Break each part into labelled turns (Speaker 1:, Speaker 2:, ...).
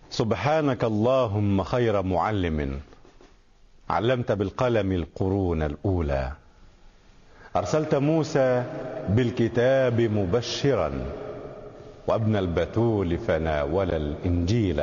Speaker 1: سبحانك اللهم خير معلم، علمت بالقلم القرون الأولى، أرسلت موسى بالكتاب مبشرا، وابن البتول فناول الإنجيل،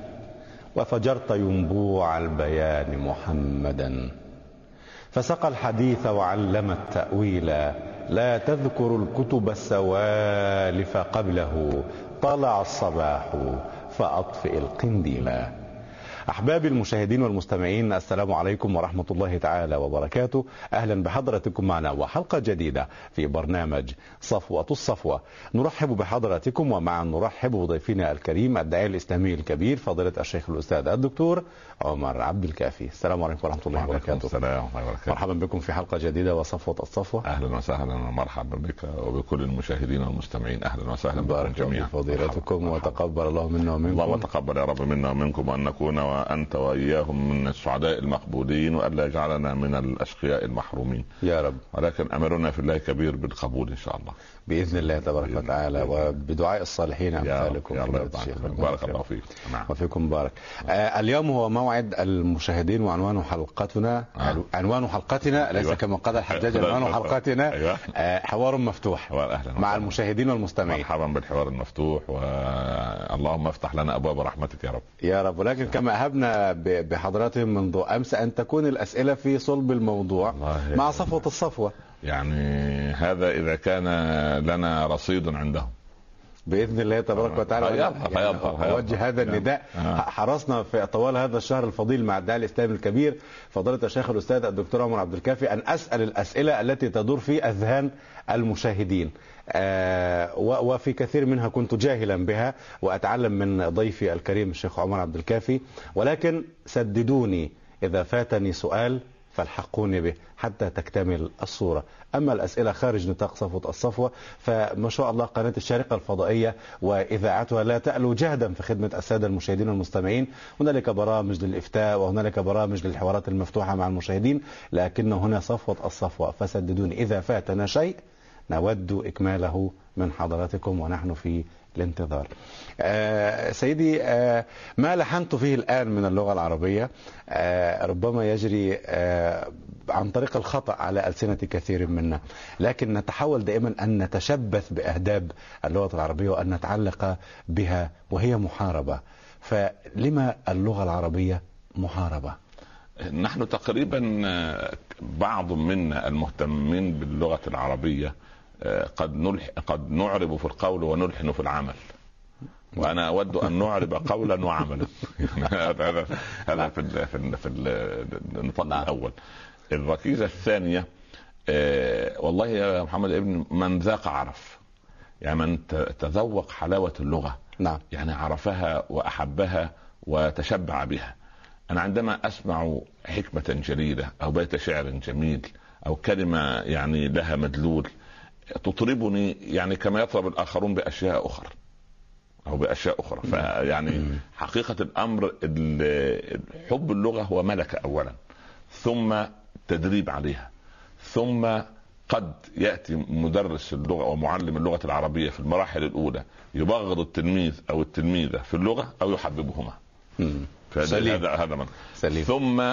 Speaker 1: وفجرت ينبوع البيان محمدا، فسقى الحديث وعلم التأويل، لا تذكر الكتب السوالف قبله، طلع الصباح فأطفئ القنديل. أحبابي المشاهدين والمستمعين، السلام عليكم ورحمة الله تعالى وبركاته. أهلا بحضراتكم معنا وحلقة جديدة في برنامج صفوة الصفوة. نرحب بحضراتكم ومعا نرحب بضيفنا الكريم الداعية الإسلامي الكبير فضيلة الشيخ الأستاذ الدكتور عمر عبد الكافي. السلام عليكم ورحمة الله وبركاته.
Speaker 2: السلام ورحمة الله وبركاته.
Speaker 1: مرحبا بكم في حلقة جديدة وصفوة الصفوة.
Speaker 2: أهلا وسهلا ومرحبا بك وبكل المشاهدين والمستمعين. أهلا وسهلا بكم جميعا.
Speaker 1: فضيلتكم وتقبل الله منا ومنكم.
Speaker 2: الله تقبل يا رب منا ومنكم، وأن نكون وأنت وإياهم من السعداء المقبولين، وألا يجعلنا من الأشقياء المحرومين
Speaker 1: يا رب.
Speaker 2: ولكن أمرنا في الله كبير بالقبول إن شاء الله
Speaker 1: بإذن الله تبارك وتعالى، وبدعاء الصالحين أمثالكم.
Speaker 2: بارك الله فيك.
Speaker 1: نعم. وفيكم بارك. اليوم هو موعد المشاهدين، وعنوان حلقتنا عنوان حلقتنا ليس كما قال الحجاج، عنوان حلقتنا حوار مفتوح مع المشاهدين والمستمعين.
Speaker 2: مرحبا بالحوار المفتوح، واللهم افتح لنا أبواب رحمتك يا رب
Speaker 1: يا رب. ولكن كما أهبنا بحضراتهم منذ أمس أن تكون الأسئلة في صلب الموضوع مع صفوة الصفوة،
Speaker 2: يعني هذا إذا كان لنا رصيد عندهم
Speaker 1: بإذن الله تبارك وتعالى. أوجه هذا النداء. حرصنا في طوال هذا الشهر الفضيل مع الداعي الإسلامي الكبير فضيلة الشيخ الأستاذ الدكتور عمر عبد الكافي أن أسأل الأسئلة التي تدور في أذهان المشاهدين، وفي كثير منها كنت جاهلا بها وأتعلم من ضيفي الكريم الشيخ عمر عبد الكافي، ولكن سددوني إذا فاتني سؤال فالحقوني به حتى تكتمل الصورة. أما الأسئلة خارج نطاق صفوة الصفوة فما شاء الله قناة الشارقة الفضائية وإذاعتها لا تألو جهدا في خدمة السادة المشاهدين والمستمعين. هنالك برامج للإفتاء وهنالك برامج للحوارات المفتوحة مع المشاهدين، لكن هنا صفوة الصفوة، فسددوني إذا فاتنا شيء نود إكماله من حضراتكم ونحن في الانتظار. سيدي، ما لحنت فيه الآن من اللغة العربية ربما يجري عن طريق الخطأ على ألسنة كثير منا، لكن نتحاول دائما أن نتشبث بأهداب اللغة العربية وأن نتعلق بها، وهي محاربة. فلما اللغة العربية محاربة؟
Speaker 2: نحن تقريبا بعض منا المهتمين باللغة العربية قد نعرب في القول ونلحن في العمل، وانا اود ان نعرب قولا وعملا. هذا في النطاق الاول. الركيزه الثانيه، والله يا محمد ابن من ذاق عرف، يعني من تذوق حلاوه اللغه.
Speaker 1: نعم.
Speaker 2: يعني عرفها واحبها وتشبع بها. انا عندما اسمع حكمه جليله او بيت شعر جميل او كلمه يعني لها مدلول تطربني، يعني كما يطرب الآخرون بأشياء أخرى أو بأشياء أخرى. فيعني حقيقة الأمر حب اللغة هو ملكة أولا، ثم تدريب عليها، ثم قد يأتي مدرس اللغة ومعلم اللغة العربية في المراحل الأولى يبغض التلميذ أو التلميذة في اللغة أو يحببهما. هذا من
Speaker 1: سليم.
Speaker 2: ثم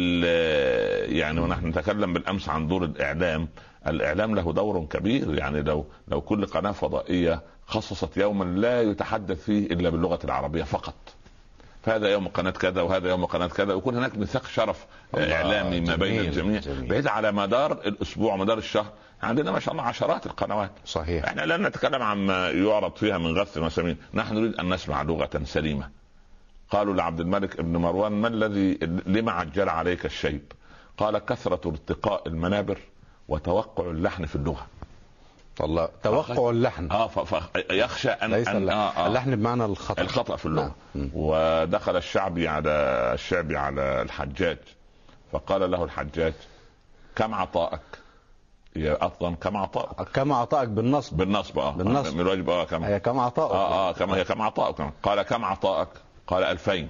Speaker 2: يعني ونحن نتكلم بالأمس عن دور الإعلام له دور كبير. يعني لو كل قناة فضائية خصصت يوما لا يتحدث فيه إلا باللغة العربية فقط، فهذا يوم قناة كذا وهذا يوم قناة كذا، ويكون هناك ميثاق شرف إعلامي ما بين الجميع، بحيث على مدار الأسبوع ومدار الشهر عندنا ما شاء الله عشرات القنوات.
Speaker 1: صحيح.
Speaker 2: احنا لا نتكلم عما يعرض فيها من غث وسمين، نحن نريد أن نسمع لغة سليمة. قالوا لعبد الملك ابن مروان: ما الذي لما عجل عليك الشيب؟ قال: كثرة ارتقاء المنابر وتوقع اللحن في اللغة.
Speaker 1: الله، توقع اللحن.
Speaker 2: يخشى ان
Speaker 1: اللحن بمعنى
Speaker 2: الخطأ في اللغة. ودخل الشعبي على الحجاج فقال له الحجاج: كم عطائك يا أفضل؟ كم عطائك
Speaker 1: بالنصب
Speaker 2: من الواجب.
Speaker 1: كم عطائك
Speaker 2: كم عطائك. قال: كم عطائك؟ قال: 2000.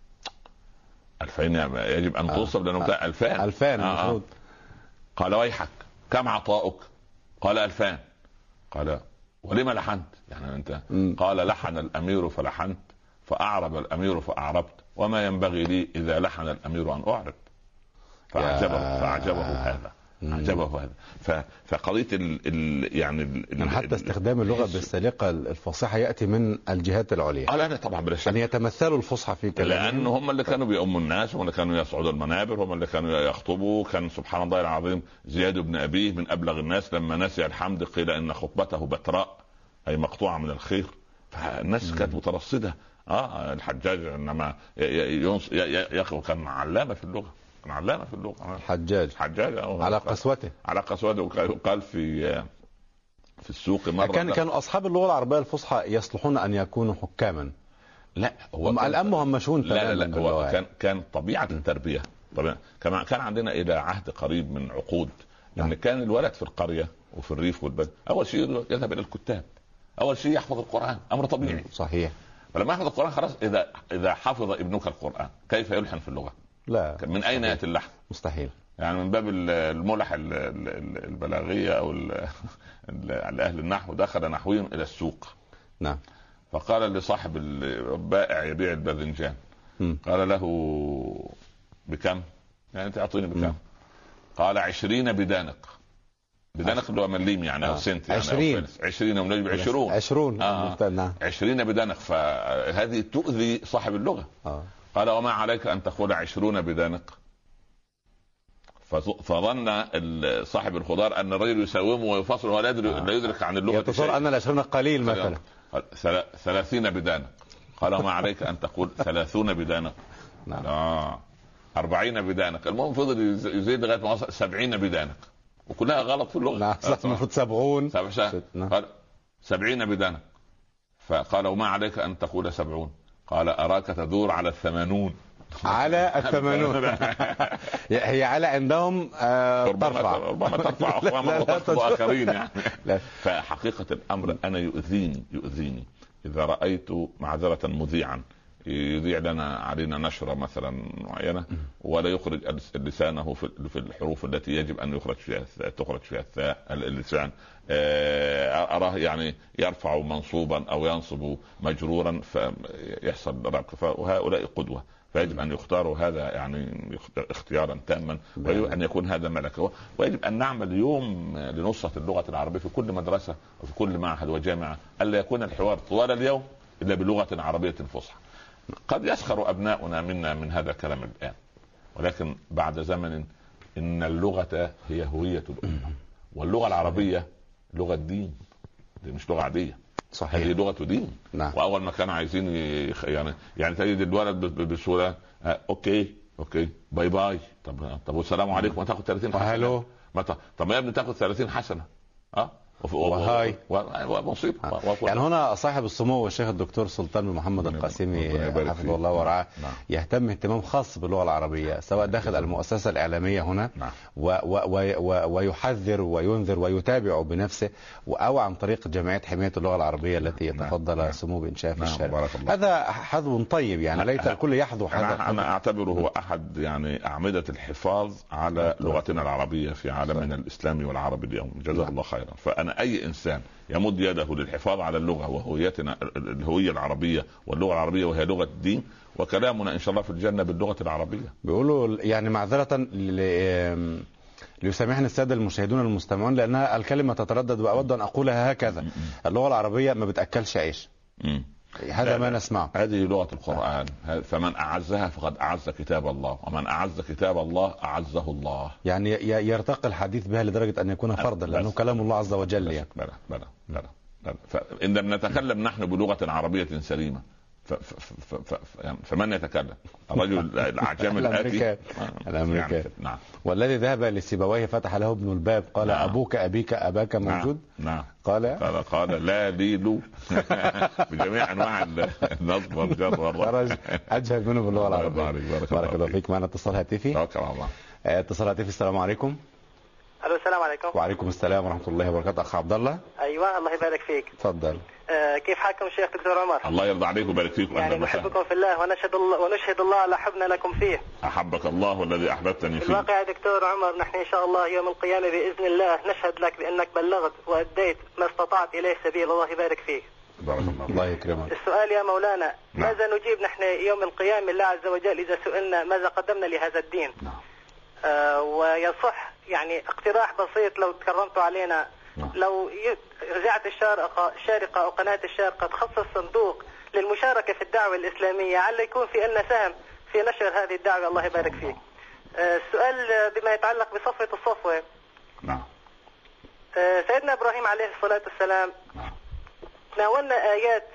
Speaker 2: 2000 يجب ان توصل لانه 2000
Speaker 1: المفروض.
Speaker 2: قال: ويحك، كم عطائك؟ قال: 2000. قال: ولما لحنت؟ يعني انت قال: لحن الامير فلحنت، فأعرب الأمير فأعربت وما ينبغي لي إذا لحن الأمير أن أعرب. فأعجبه هذا. عجبه هذا. فقضيه يعني
Speaker 1: حتى استخدام اللغه بالسليقه الفصيحه ياتي من الجهات العليا.
Speaker 2: لا طبعا بلا شك.
Speaker 1: ان يتمثلوا الفصحى في كلامهم،
Speaker 2: لان هم اللي كانوا بيؤموا الناس، هم اللي كانوا يصعدوا المنابر، هم اللي كانوا يخطبوا. كان سبحان الله العظيم زياد بن ابيه من ابلغ الناس، لما نسي الحمد قيل ان خطبته بتراء اي مقطوعه من الخير. فالناس كانت مترصده. الحجاج انما كان علامه في اللغه، علامة في اللغة.
Speaker 1: الحجاج على قسوته،
Speaker 2: وقال في السوق مرة
Speaker 1: كانوا أصحاب اللغة العربية الفصحى يصلحون أن يكونوا حكاما.
Speaker 2: لا هو
Speaker 1: الآن مهمشون.
Speaker 2: لا هو كان طبيعة التربية. طبعا كان عندنا إلى عهد قريب من عقود أن كان الولد في القرية وفي الريف والبلد أول شيء يذهب إلى الكتاب، أول شيء يحفظ القرآن، أمر طبيعي.
Speaker 1: صحيح.
Speaker 2: فلما يحفظ القرآن خلاص، إذا حفظ ابنك القرآن كيف يلحن في اللغة؟
Speaker 1: لا،
Speaker 2: من أين يأتي اللحن؟
Speaker 1: مستحيل.
Speaker 2: يعني من باب الملح البلاغية أو أهل النحو، دخل نحوي إلى السوق.
Speaker 1: نعم.
Speaker 2: فقال لصاحب البائع يبيع الباذنجان، قال له بكم؟ يعني تعطيني بكم؟ قال 20 بدانق. بدانق اللي هو مليم يعني أو سنت يعني 20 ونجيب 20 20 بدانق. فهذه تؤذي صاحب اللغة. قال وما عليك أن تقول 20 بدانق؟ فظن صاحب الخضار أن الرجل يساومه ويفصل ولا يدرك عن اللغة.
Speaker 1: يتصور أن ال20 قليل مثلا.
Speaker 2: 30 بدانق. قال وما عليك أن تقول 30 بدانق؟ 40 بدانق. المهم فضل يزيد لغاية ما وصل 70 بدانق، وكلها غلط في اللغة.
Speaker 1: المفروض 70.
Speaker 2: قال 70 بدانق. فقال وما عليك أن تقول 70؟ قال أراك تدور على 80.
Speaker 1: على 80. هي على عندهم ترفع،
Speaker 2: ربما ترفع أخواما وتخطب آخرين يعني. فحقيقة الأمر أنا يؤذيني إذا رأيت معذرة مذيعا يذيع لنا علينا نشرة مثلا معينة ولا يخرج لسانه في الحروف التي يجب أن تخرج فيها اللسان، أراه يعني يرفع منصوبا أو ينصب مجرورا فيحصل ربك. وهؤلاء قدوة، فيجب أن يختاروا هذا يعني اختيارا تاما، ويجب أن يكون هذا ملكة. ويجب أن نعمل اليوم لنصرة اللغة العربية في كل مدرسة وفي كل معهد وجامعة، ألا يكون الحوار طوال اليوم إلا بلغة عربية فصحى. قد يسخر أبناؤنا منا من هذا الكلام الآن، ولكن بعد زمن إن اللغة هي هوية الأمة، واللغة العربية لغة دين، دي مش لغة عادية.
Speaker 1: صحيح.
Speaker 2: هذه لغة دين.
Speaker 1: نعم.
Speaker 2: وأول ما كانوا عايزين يعني تجد الولد بسهولة أوكي باي باي، طب والسلام عليكم، وتاخد 30 حسنة.
Speaker 1: هلو.
Speaker 2: طب يا ابني تاخد 30 حسنة
Speaker 1: وهاي
Speaker 2: ومصيبة.
Speaker 1: يعني هنا صاحب السمو الشيخ الدكتور سلطان بن محمد القاسمي حفظه الله ورعاه يهتم اهتمام خاص باللغة العربية، سواء داخل المؤسسة الإعلامية هنا ويحذر وينذر ويتابع بنفسه، أو عن طريق جمعية حماية اللغة العربية التي تفضل سمو بإنشاء في الشارع. هذا حظو طيب، يعني ليس الكل يحظو حظا.
Speaker 2: أنا أعتبره هو أحد يعني أعمدة الحفاظ على لغتنا العربية في عالمنا الإسلامي والعربي اليوم. جزاه الله خيرا. فأنا أي إنسان يمد يده للحفاظ على اللغة وهويتنا الهوية العربية واللغة العربية وهي لغة الدين، وكلامنا إن شاء الله في الجنة باللغة العربية.
Speaker 1: بيقولوا يعني معذرة ليسامحني السادة المشاهدون المستمعون لأنها الكلمة تتردد وأود أن أقولها هكذا: اللغة العربية ما بتأكلش عيش. هذا ما نسمعه.
Speaker 2: هذه لغة القرآن، فمن أعزها فقد أعز كتاب الله، ومن أعز كتاب الله أعزه الله.
Speaker 1: يعني يرتقي الحديث بها لدرجة أن يكون فرضا، لأنه كلام الله عز وجل. يعني
Speaker 2: بلى. فإن لم نتكلم نحن بلغة عربية سليمة فمن يتكلم؟ الرجل الأعجمي
Speaker 1: الأمريكي.
Speaker 2: نعم.
Speaker 1: والذي ذهب لسيبويه فتح له ابن الباب قال: أبوك أبيك أباك موجود؟
Speaker 2: نعم. قال لا ليلو بجميع أنواع النصب والجر والرفع.
Speaker 1: خرج أجهل منه باللغة العربية. بارك الله فيك. معنا اتصال هاتفي. اتصال هاتفي. السلام عليكم.
Speaker 3: الو السلام عليكم.
Speaker 1: وعليكم السلام ورحمة الله وبركاته. أخ عبد الله.
Speaker 3: أيوة الله يبارك فيك.
Speaker 1: تفضل.
Speaker 3: كيف حالكم شيخ دكتور عمر؟
Speaker 2: الله يرضى عليك ويبارك فيك.
Speaker 3: يعني نحبكم في الله ونشهد الله على حبنا لكم فيه.
Speaker 2: أحبك الله والذي أحببتني فيه.
Speaker 3: الواقع يا دكتور عمر نحن إن شاء الله يوم القيامة بإذن الله نشهد لك بأنك بلغت وأديت ما استطعت إليه سبيل. الله يبارك فيك.
Speaker 2: بارك الله.
Speaker 1: الله يكرمك.
Speaker 3: السؤال يا مولانا، ماذا نجيب نحن يوم القيامة الله عز وجل إذا سئلنا ماذا قدمنا لهذا الدين؟ ويصح يعني اقتراح بسيط لو تكرمتوا علينا، لو رجعت الشارقة أو قناة الشارقة تخصص صندوق للمشاركة في الدعوة الإسلامية، على يكون في لنا سهم في نشر هذه الدعوة، الله يبارك فيك. السؤال بما يتعلق بصفوة الصفوة. سيدنا إبراهيم عليه الصلاة والسلام تناولنا آيات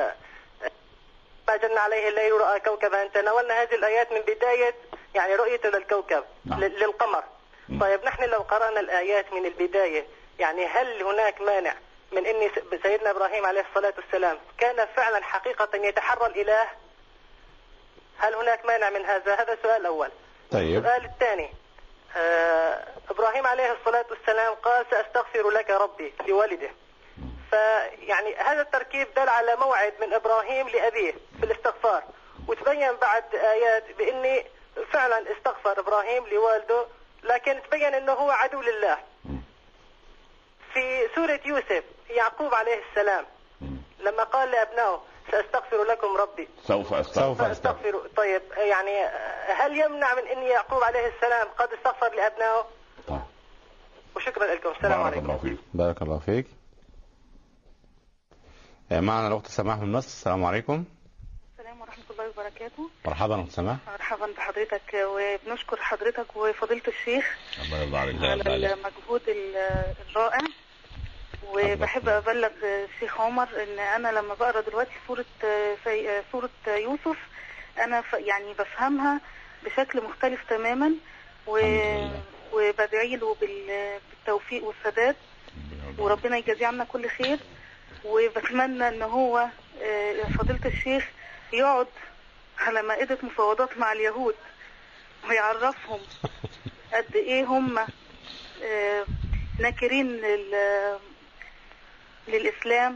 Speaker 3: ما جن عليه الليل رأى كوكبا، تناولنا هذه الآيات من بداية يعني رؤيته للكوكب للقمر. طيب نحن لو قرأنا الآيات من البداية، يعني هل هناك مانع من أن سيدنا إبراهيم عليه الصلاة والسلام كان فعلا حقيقة يتحرى الإله؟ هل هناك مانع من هذا؟ هذا السؤال الأول.
Speaker 1: طيب.
Speaker 3: السؤال الثاني، إبراهيم عليه الصلاة والسلام قال سأستغفر لك ربي لوالده، فيعني هذا التركيب دل على موعد من إبراهيم لأبيه في الاستغفار، وتبين بعد آيات بأني فعلا استغفر إبراهيم لوالده، لكن تبين أنه هو عدو لله. في سورة يوسف يعقوب عليه السلام لما قال لأبنائه سأستغفر لكم ربي
Speaker 2: سوف
Speaker 3: أستغفر. طيب يعني هل يمنع من أن يعقوب عليه السلام قد استغفر لأبنائه؟ وشكرا لكم. السلام عليكم.
Speaker 1: بارك الله فيك. معنا الأخت سماح من مصر. السلام عليكم.
Speaker 4: السلام ورحمة الله وبركاته.
Speaker 1: مرحبا أخت سماح.
Speaker 4: مرحبا بحضرتك، وبنشكر حضرتك وفضيلة الشيخ على المجهود الرائع. وبحب أبلغ الشيخ عمر إن أنا لما بقرأ دلوقتي سورة يوسف أنا يعني بفهمها بشكل مختلف تماما، وبدعي له بالتوفيق والسداد، وربنا يجازيه عنا كل خير. وبتمنى ان هو فضيلة الشيخ يقعد على مائدة مفاوضات مع اليهود ويعرفهم قد ايه هم ناكرين للإسلام،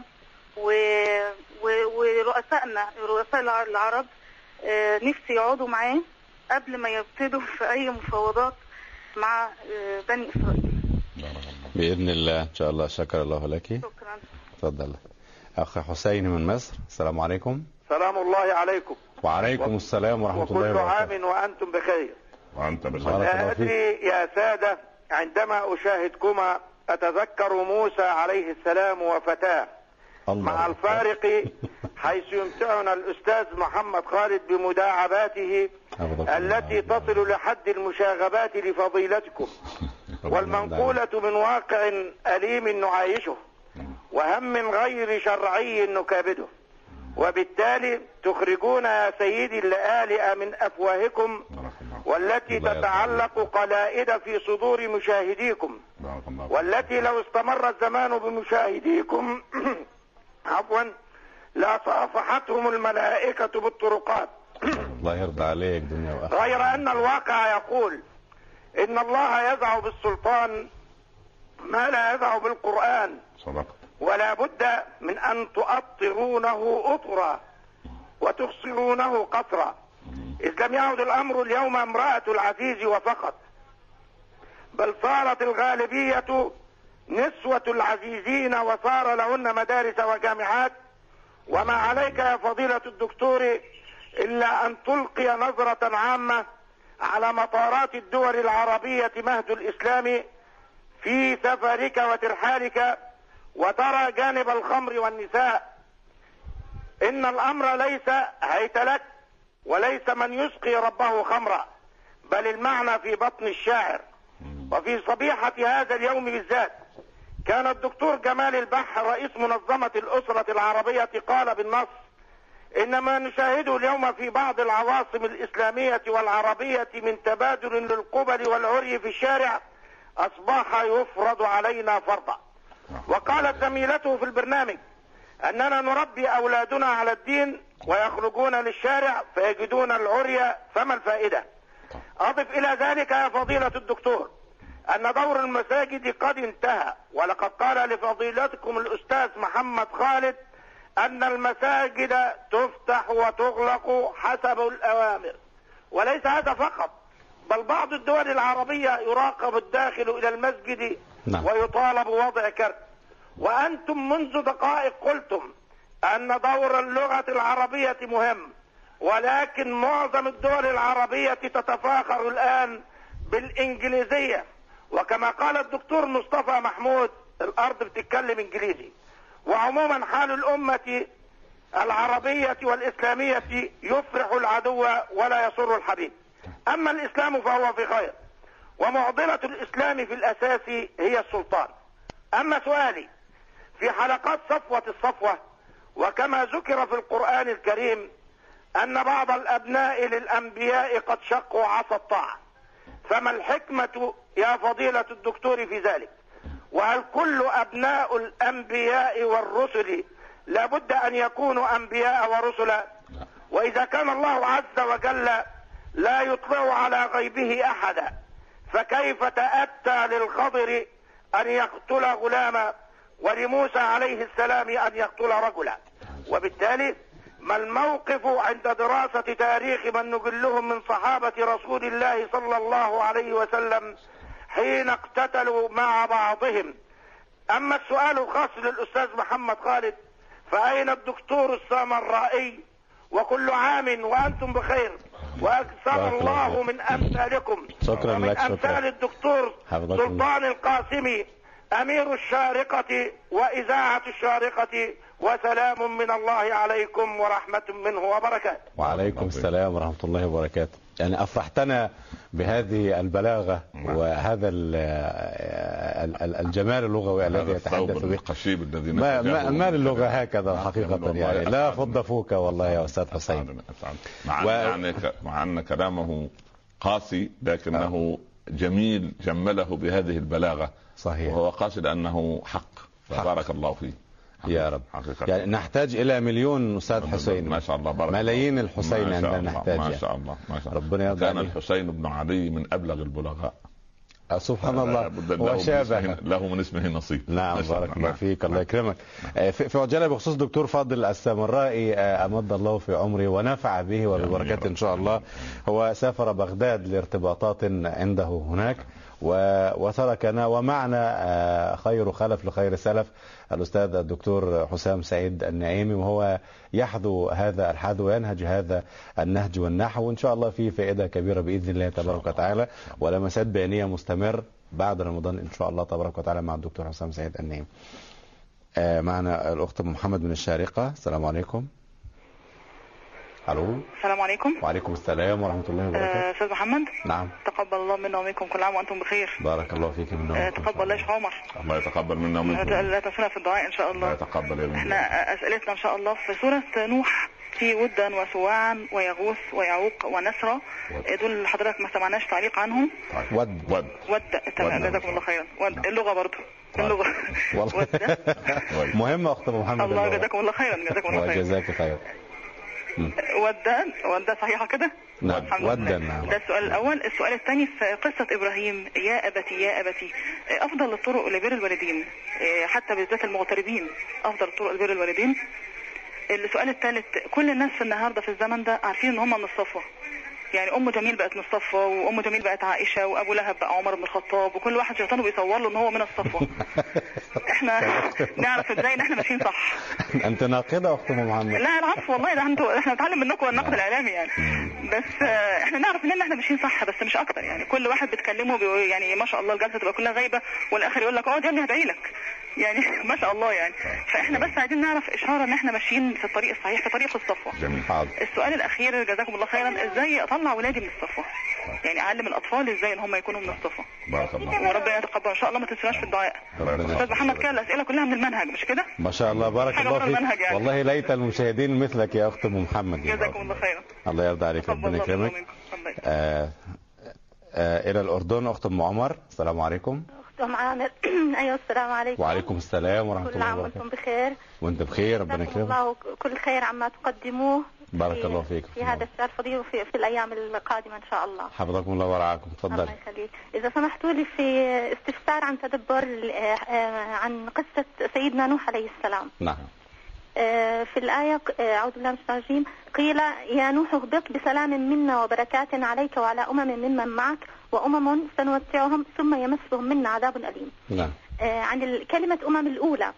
Speaker 4: ورؤسائنا رؤساء العرب نفسي يقعدوا معاه قبل ما يبتدوا في اي مفاوضات مع بني إسرائيل
Speaker 1: بإذن الله إن شاء الله. شكر الله لك.
Speaker 4: شكرا.
Speaker 1: تفضل. أخ حسين من مصر. السلام عليكم.
Speaker 5: سلام الله عليكم.
Speaker 1: وعليكم السلام ورحمة الله
Speaker 5: وبركاته.
Speaker 1: وبركاته.
Speaker 5: كل عام وأنتم بخير.
Speaker 2: وأنت بخير.
Speaker 5: لا أدري يا سادة، عندما أشاهدكما أتذكر موسى عليه السلام وفتاه، مع الفارق حيث يمتعنا الأستاذ محمد خالد بمداعباته التي تصل لحد المشاغبات لفضيلتكم، والمنقولة من واقع أليم نعايشه وهم غير شرعي نكابده، وبالتالي تخرجون يا سيدي اللآلئ من أفواهكم والتي تتعلق قلائد في صدور مشاهديكم، والتي لو استمر الزمان بمشاهديكم عفوا لا صافحتهم الملائكة بالطرقات.
Speaker 1: الله يرضى عليك دنيا وآخرة.
Speaker 5: غير أن الواقع يقول إن الله يزع بالسلطان ما لا يزع بالقرآن، ولا بد من أن تؤطرونه أطرا وتخصرونه قصرا، إذ لم يعد الأمر اليوم امرأة العزيز وفقط، بل صارت الغالبية نسوة العزيزين وصار لهن مدارس وجامعات. وما عليك يا فضيلة الدكتور إلا أن تلقي نظرة عامة على مطارات الدول العربية مهد الإسلام في سفرك وترحالك، وترى جانب الخمر والنساء. إن الأمر ليس هيتلك وليس من يسقي ربه خمرا، بل المعنى في بطن الشاعر. وفي صبيحة هذا اليوم بالذات كان الدكتور جمال البح رئيس منظمة الأسرة العربية قال بالنص إن ما نشاهده اليوم في بعض العواصم الإسلامية والعربية من تبادل للقبل والعري في الشارع أصبح يفرض علينا فرضا. وقالت زميلته في البرنامج أننا نربي أولادنا على الدين ويخرجون للشارع فيجدون العري، فما الفائدة؟ أضف إلى ذلك يا فضيلة الدكتور أن دور المساجد قد انتهى، ولقد قال لفضيلتكم الأستاذ محمد خالد أن المساجد تفتح وتغلق حسب الأوامر. وليس هذا فقط، بل بعض الدول العربية يراقب الداخل إلى المسجد ويطالب وضع كرت. وأنتم منذ دقائق قلتم أن دور اللغة العربية مهم، ولكن معظم الدول العربية تتفاخر الآن بالإنجليزية، وكما قال الدكتور مصطفى محمود الأرض بتتكلم إنجليزي. وعموما حال الأمة العربية والإسلامية يفرح العدو ولا يسر الحبيب. أما الإسلام فهو في خير، ومعضلة الإسلام في الأساس هي السلطان. أما سؤالي في حلقات صفوة الصفوة، وكما ذكر في القرآن الكريم أن بعض الأبناء للأنبياء قد شقوا عصا الطاعة، فما الحكمة يا فضيلة الدكتور في ذلك؟ وهل كل أبناء الأنبياء والرسل لابد أن يكونوا أنبياء ورسلا؟ وإذا كان الله عز وجل لا يطلع على غيبه أحدا، فكيف تأتى للخضر أن يقتل غلاما ولموسى عليه السلام أن يقتل رجلا؟ وبالتالي ما الموقف عند دراسة تاريخ من نجلهم من صحابة رسول الله صلى الله عليه وسلم حين اقتتلوا مع بعضهم؟ أما السؤال الخاص للأستاذ محمد خالد، فأين الدكتور السامرائي؟ وكل عام وأنتم بخير، وأكثر الله من أمثالكم.
Speaker 1: شكرا
Speaker 5: ومن
Speaker 1: لك.
Speaker 5: أمثال الدكتور سلطان القاسمي أمير الشارقة وإذاعة الشارقة، وسلام من الله عليكم ورحمة منه وبركاته.
Speaker 1: وعليكم السلام ورحمة الله وبركاته. يعني أفرحتنا بهذه البلاغة وهذا الجمال اللغوي الذي يتحدث به. ما للغة هكذا حقيقة، يعني لا فض فوك والله يا أستاذ حسين.
Speaker 2: مع أن كلامه قاسي لكنه جميل، جمله بهذه البلاغة.
Speaker 1: صحيح.
Speaker 2: وهو قاسي لأنه حق. بارك الله فيه
Speaker 1: يا رب. يعني نحتاج إلى مليون أستاذ حسين.
Speaker 2: ما شاء الله. بارك
Speaker 1: ملايين الحسين عندنا نحتاج.
Speaker 2: ما شاء الله. ما شاء الله.
Speaker 1: ربنا يرضى
Speaker 2: كان
Speaker 1: عليه.
Speaker 2: الحسين بن علي من أبلغ البلغاء.
Speaker 1: سبحان الله.
Speaker 2: وشابه له من اسمه نصيب.
Speaker 1: نعم بارك الله فيك. الله يكرمك. في عجالة بخصوص دكتور فاضل السامرائي أمد الله في عمره ونفع به وببركاته إن شاء الله. هو سافر بغداد لارتباطات عنده هناك وتركنا ومعنا خير خلف لخير سلف الأستاذ الدكتور حسام سعيد النعيمي، وهو يحذو هذا الحذو وينهج هذا النهج والنحو، وإن شاء الله فيه فائدة كبيرة بإذن الله تبارك وتعالى، ولمسات بيانية مستمر بعد رمضان إن شاء الله تبارك وتعالى مع الدكتور حسام سعيد النعيمي. معنا الأخت محمد من الشارقة. السلام عليكم. الو.
Speaker 4: السلام عليكم.
Speaker 1: وعليكم السلام ورحمه الله وبركاته.
Speaker 4: استاذ محمد.
Speaker 1: نعم.
Speaker 4: تقبل الله منا ومنكم، كل عام وانتم بخير.
Speaker 1: بارك الله فيك. منا
Speaker 4: تقبل الله يا شيخ عمر.
Speaker 2: الله يتقبل منا ومنكم.
Speaker 4: لا تنسونا في الدعاء ان شاء الله.
Speaker 2: الله يتقبل يا بني.
Speaker 4: احنا اسئلتنا ان شاء الله في سوره نوح، في ودا وسواعا ويغوث ويعوق ونسرا، دول حضرتك ما سمعناش تعليق عنهم.
Speaker 1: ود
Speaker 4: تمام. جزاكم الله خيرا. اللغه برضه اللغه
Speaker 1: مهمه اخت محمد.
Speaker 4: الله جزاكم الله خيرا. جزاكم الله خيرا.
Speaker 1: وجزاك خير.
Speaker 4: ودا صحيحه كده؟
Speaker 1: نعم. ودا. نعم.
Speaker 4: ده السؤال الاول. السؤال الثاني في قصه ابراهيم، يا ابتي يا ابتي، افضل الطرق لبر الوالدين حتى بالذات المغتربين، افضل الطرق لبر الوالدين. السؤال الثالث، كل الناس في النهارده في الزمن ده عارفين ان هم من الصفوه، يعني ام جميل بقت من الصفوه، وام جميل بقت عائشه، وابو لهب بقى عمر بن الخطاب، وكل واحد شيطانه بيصور له ان هو من الصفوه. احنا نعرف ازاي ان احنا ماشيين صح؟
Speaker 1: انت ناقده اخت محمد.
Speaker 4: لا العفو والله، ده احنا بنتعلم منكم النقد الاعلامي يعني. بس احنا نعرف ان احنا ماشيين صح بس مش اكتر، يعني كل واحد بتكلمه يعني ما شاء الله الجلسه تبقى كلها غايبه، والاخر يقول لك اقعد يا ابني هدعي لك، يعني ما شاء الله يعني. فاحنا بس عايزين نعرف اشاره ان احنا ماشيين في الطريق الصحيح، في طريق الصفوه.
Speaker 2: جميل.
Speaker 4: السؤال الاخير جزاكم الله خيرا، ازاي اطلع ولادي من الصفوه؟ يعني اعلم الاطفال ازاي ان هم يكونوا من الصفوه.
Speaker 2: بارك الله.
Speaker 4: وربنا يتقبل ان شاء الله. ما تنسوناش في الدعاء. استاذ محمد كده الاسئله كلها من المنهج مش كده؟
Speaker 1: ما شاء الله. بارك الله فيك.
Speaker 4: يعني.
Speaker 1: والله ليت المشاهدين مثلك يا اخت محمد.
Speaker 4: جزاكم الله خيرا.
Speaker 1: الله يرضى عليك. ربنا يكرمك. الى الاردن اخت ام عمر. السلام عليكم.
Speaker 6: اخت ام عامر. ايوه السلام عليكم.
Speaker 1: وعليكم السلام ورحمه الله
Speaker 6: وبركاته. كل عام وانتم بخير.
Speaker 1: وانت بخير. ربنا يكرمك.
Speaker 6: الله كل خير عما تقدموه.
Speaker 1: بارك الله فيك.
Speaker 6: في هذا الشهر الفضيل وفي الايام القادمه ان شاء الله.
Speaker 1: حفظكم الله ورعاكم. تفضل.
Speaker 6: الله يخليك. اذا سمحتوا لي في استفسار عن تدبر عن قصه سيدنا نوح عليه السلام.
Speaker 1: نعم.
Speaker 6: في الآية أعوذ بالله من الشيطان الرجيم، قيل يا نوح اهبط بسلام منا وبركات عليك وعلى ممن معك وأمم سنمتعهم ثم يمسهم منا عذاب أليم.
Speaker 1: نعم.
Speaker 6: عن كلمة الأولى،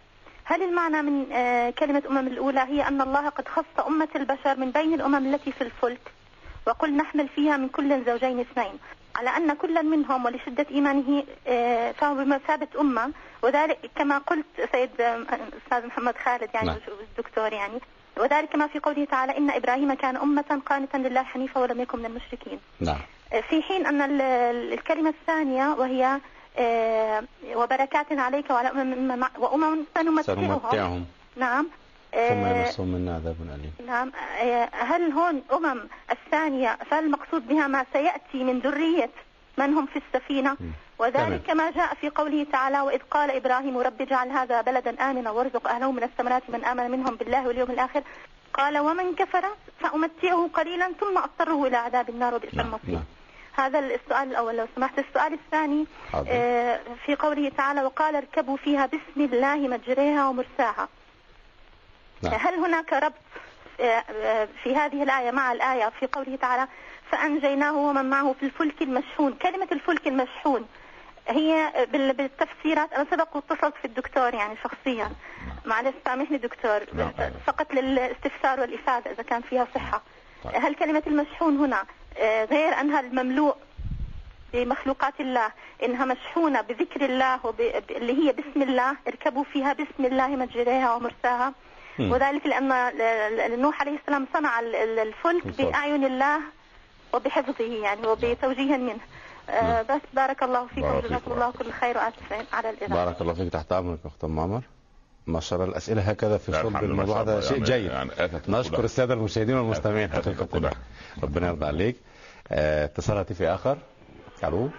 Speaker 6: هل المعنى من كلمة أمم الأولى هي أن الله قد خص أمة البشر من بين الأمم التي في الفلك وقل نحمل فيها من كل زوجين اثنين، على أن كل منهم ولشدة إيمانه فهو بمثابة أمة، وذلك كما قلت سيد أستاذ محمد خالد يعني الدكتور يعني، وذلك كما في قوله تعالى إن إبراهيم كان أمة قانتا لله حنيفا ولم يكن من المشركين.
Speaker 1: نعم.
Speaker 6: في حين أن الكلمة الثانية وهي وبركات عليك وعلى وأمم سنمتعهم. نعم.
Speaker 1: ثم يمسهم منا عذاب أليم.
Speaker 6: نعم. هل هون الثانية فهل المقصود بها ما سيأتي من ذرية من هم في السفينة؟ وذلك كما جاء في قوله تعالى وإذ قال إبراهيم رب اجعل هذا بلدا آمنا وارزق أهله من الثمرات من آمن منهم بالله واليوم الآخر قال ومن كفر فأمتعه قليلا ثم أضطره إلى عذاب النار وبئس المصير. هذا السؤال الأول. لو سمحت السؤال الثاني في قوله تعالى وقال اركبوا فيها بسم الله مجريها ومرساها. هل هناك ربط في هذه الآية مع الآية في قوله تعالى فأنجيناه ومن معه في الفلك المشحون؟ كلمة الفلك المشحون هي بالتفسيرات أنا سبق واتصلت في الدكتور يعني شخصيا، معلش سامحني دكتور، فقط للاستفسار والإفادة إذا كان فيها صحة. هل كلمة المشحون هنا غير أنها المملوء بمخلوقات الله، إنها مشحونة بذكر الله اللي هي بسم الله اركبوا فيها بسم الله مجريها ومرساها، وذلك لأن نوح عليه السلام صنع الفلك بأعين الله وبحفظه يعني وبتوجيه منه. بس بارك الله فيكم جزاكم الله كل خير وآسفين على الإذاعة.
Speaker 1: بارك الله فيك، تحت أمرك أخت أم عمر. ما شاء الله الأسئلة هكذا في صلب الموضوع هذا شيء جيد. نشكر السادة المشاهدين والمستمعين حقيقة. ربنا يرضى عليك. اتصال هاتفي آخر. ألو.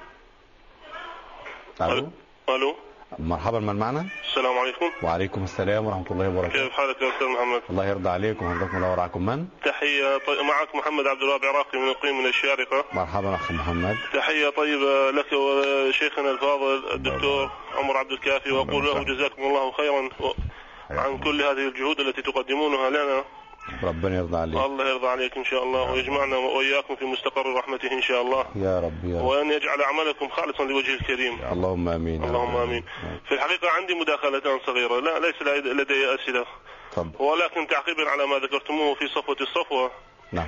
Speaker 1: مرحبا، من معنا؟
Speaker 7: السلام عليكم.
Speaker 1: وعليكم السلام ورحمة الله وبركاته.
Speaker 7: كيف حالك يا أستاذ محمد؟
Speaker 1: الله يرضى عليكم ويرضاكم الله ويرعاكم. من؟
Speaker 7: تحية معك محمد عبد الوهاب عراقي من الشارقة.
Speaker 1: مرحبا أخ محمد.
Speaker 7: تحية طيبة لك وشيخنا الفاضل الدكتور عمر عبد الكافي، وأقول له جزاكم الله خيرا عن كل هذه الجهود التي تقدمونها لنا.
Speaker 1: ربنا يرضى عليك.
Speaker 7: الله يرضى عليك إن شاء الله، ويجمعنا وإياكم في مستقر رحمته إن شاء الله
Speaker 1: يا رب يا رب،
Speaker 7: وأن يجعل عملكم خالصا لوجهه الكريم.
Speaker 1: اللهم آمين.
Speaker 7: اللهم آمين. في الحقيقة عندي مداخلتان صغيرة، ليس لدي أسئلة، ولكن تعقيبا على ما ذكرتموه في صفوة الصفوة.
Speaker 1: نعم.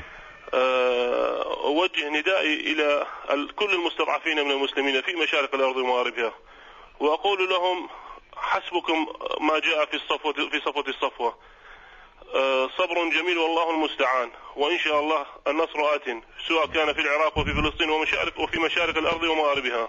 Speaker 7: أوجه ندائي إلى كل المستضعفين من المسلمين في مشارق الأرض ومغاربها، وأقول لهم حسبكم ما جاء في صفوة الصفوة، صبر جميل والله المستعان، وإن شاء الله النصر آت، سواء كان في العراق وفي فلسطين وفي مشارق الأرض ومغاربها.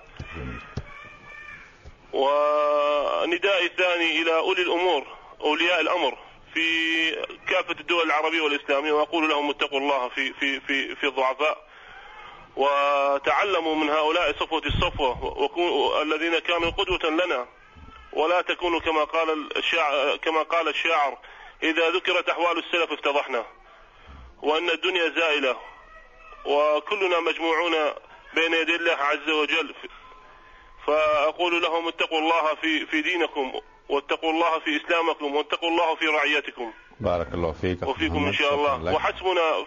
Speaker 7: وندائي الثاني إلى أولي الأمور، أولياء الأمر في كافة الدول العربية والإسلامية، وأقول لهم اتقوا الله في الضعفاء، وتعلموا من هؤلاء صفوة الصفوة الذين كانوا قدوة لنا، ولا تكونوا كما قال الشاعر إذا ذكرت أحوال السلف افتضحنا، وأن الدنيا زائلة وكلنا مجموعون بين يدي الله عز وجل. فأقول لهم اتقوا الله في دينكم، واتقوا الله في إسلامكم، واتقوا الله في رعيتكم.
Speaker 1: بارك الله فيك
Speaker 7: وفيكم إن شاء الله. وحسبنا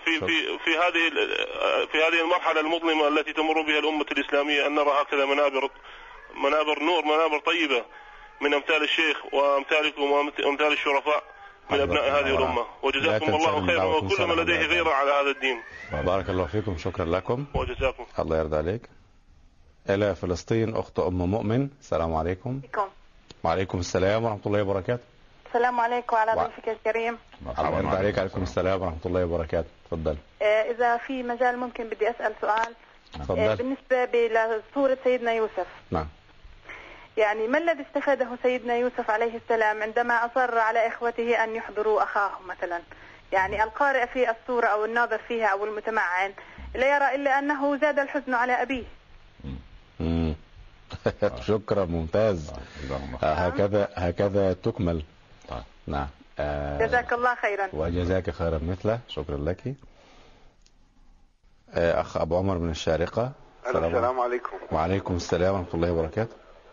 Speaker 7: في هذه المرحلة المظلمة التي تمر بها الأمة الإسلامية أن نرى هكذا منابر نور، منابر طيبة من أمثال الشيخ وأمثالكم وأمثال الشرفاء من أبناء هذه الأمة، وجزاكم الله خيرا، وكل من لديه غيرة على هذا الدين.
Speaker 1: بارك الله فيكم، شكرا لكم
Speaker 7: وجزاكم
Speaker 1: الله يرضى عليك. إلى فلسطين أخت أم مؤمن. السلام عليكم. وعليكم السلام ورحمة الله وبركاته.
Speaker 8: السلام عليكم وعلى ضيفك الكريم.
Speaker 1: الله يرضى عليك. عليكم السلام ورحمة الله وبركاته. تفضل.
Speaker 8: إذا في مجال ممكن بدي أسأل سؤال.
Speaker 1: تفضل.
Speaker 8: بالنسبة لسورة سيدنا يوسف.
Speaker 1: نعم.
Speaker 8: يعني ما الذي استفاده سيدنا يوسف عليه السلام عندما أصر على إخوته أن يحضروا أخاهم مثلا؟ يعني القارئ في السورة أو الناظر فيها أو المتمعن لا يرى إلا أنه زاد الحزن على أبيه.
Speaker 1: شكرا، ممتاز. هكذا تكمل. نعم.
Speaker 8: جزاك الله خيرا.
Speaker 1: وجزاك خيرا مثله. شكرا لك. أخ أبو عمر من الشارقة.
Speaker 9: السلام عليكم.
Speaker 1: وعليكم السلام ورحمة الله وبركاته.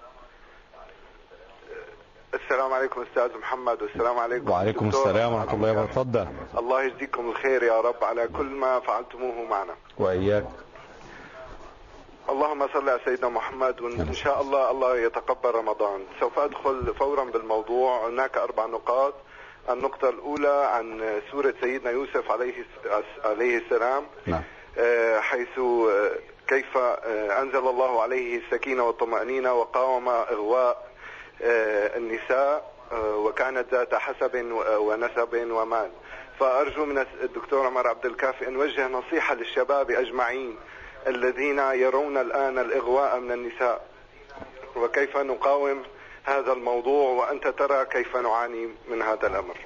Speaker 9: السلام عليكم أستاذ محمد، والسلام عليكم.
Speaker 1: وعليكم السلام ورحمة الله وبركاته. تفضل.
Speaker 9: الله يجزيكم الخير يا رب على كل ما فعلتموه معنا.
Speaker 1: وإياك.
Speaker 9: اللهم صل على سيدنا محمد. وإن شاء الله يتقبل رمضان. سوف أدخل فورا بالموضوع. هناك 4 نقاط. النقطة الأولى عن سورة سيدنا يوسف عليه السلام، حيث كيف أنزل الله عليه السكينة والطمأنينة وقاوم إغواء النساء وكانت ذات حسب ونسب ومال. فأرجو من الدكتور عمر عبد الكافي أن يوجه نصيحة للشباب أجمعين الذين يرون الآن الإغواء من النساء، وكيف نقاوم هذا الموضوع، وأنت ترى كيف نعاني من هذا الأمر.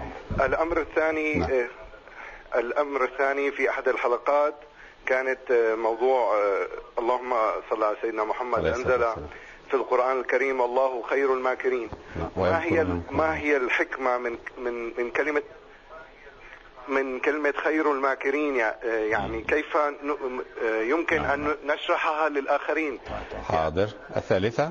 Speaker 9: الأمر الثاني في أحد الحلقات كانت موضوع اللهم صل على سيدنا محمد، أنزل في القرآن الكريم الله خير الماكرين. ما هي الحكمة من كلمة خير الماكرين؟ يعني كيف يمكن أن نشرحها للآخرين؟
Speaker 1: حاضر. الثالثة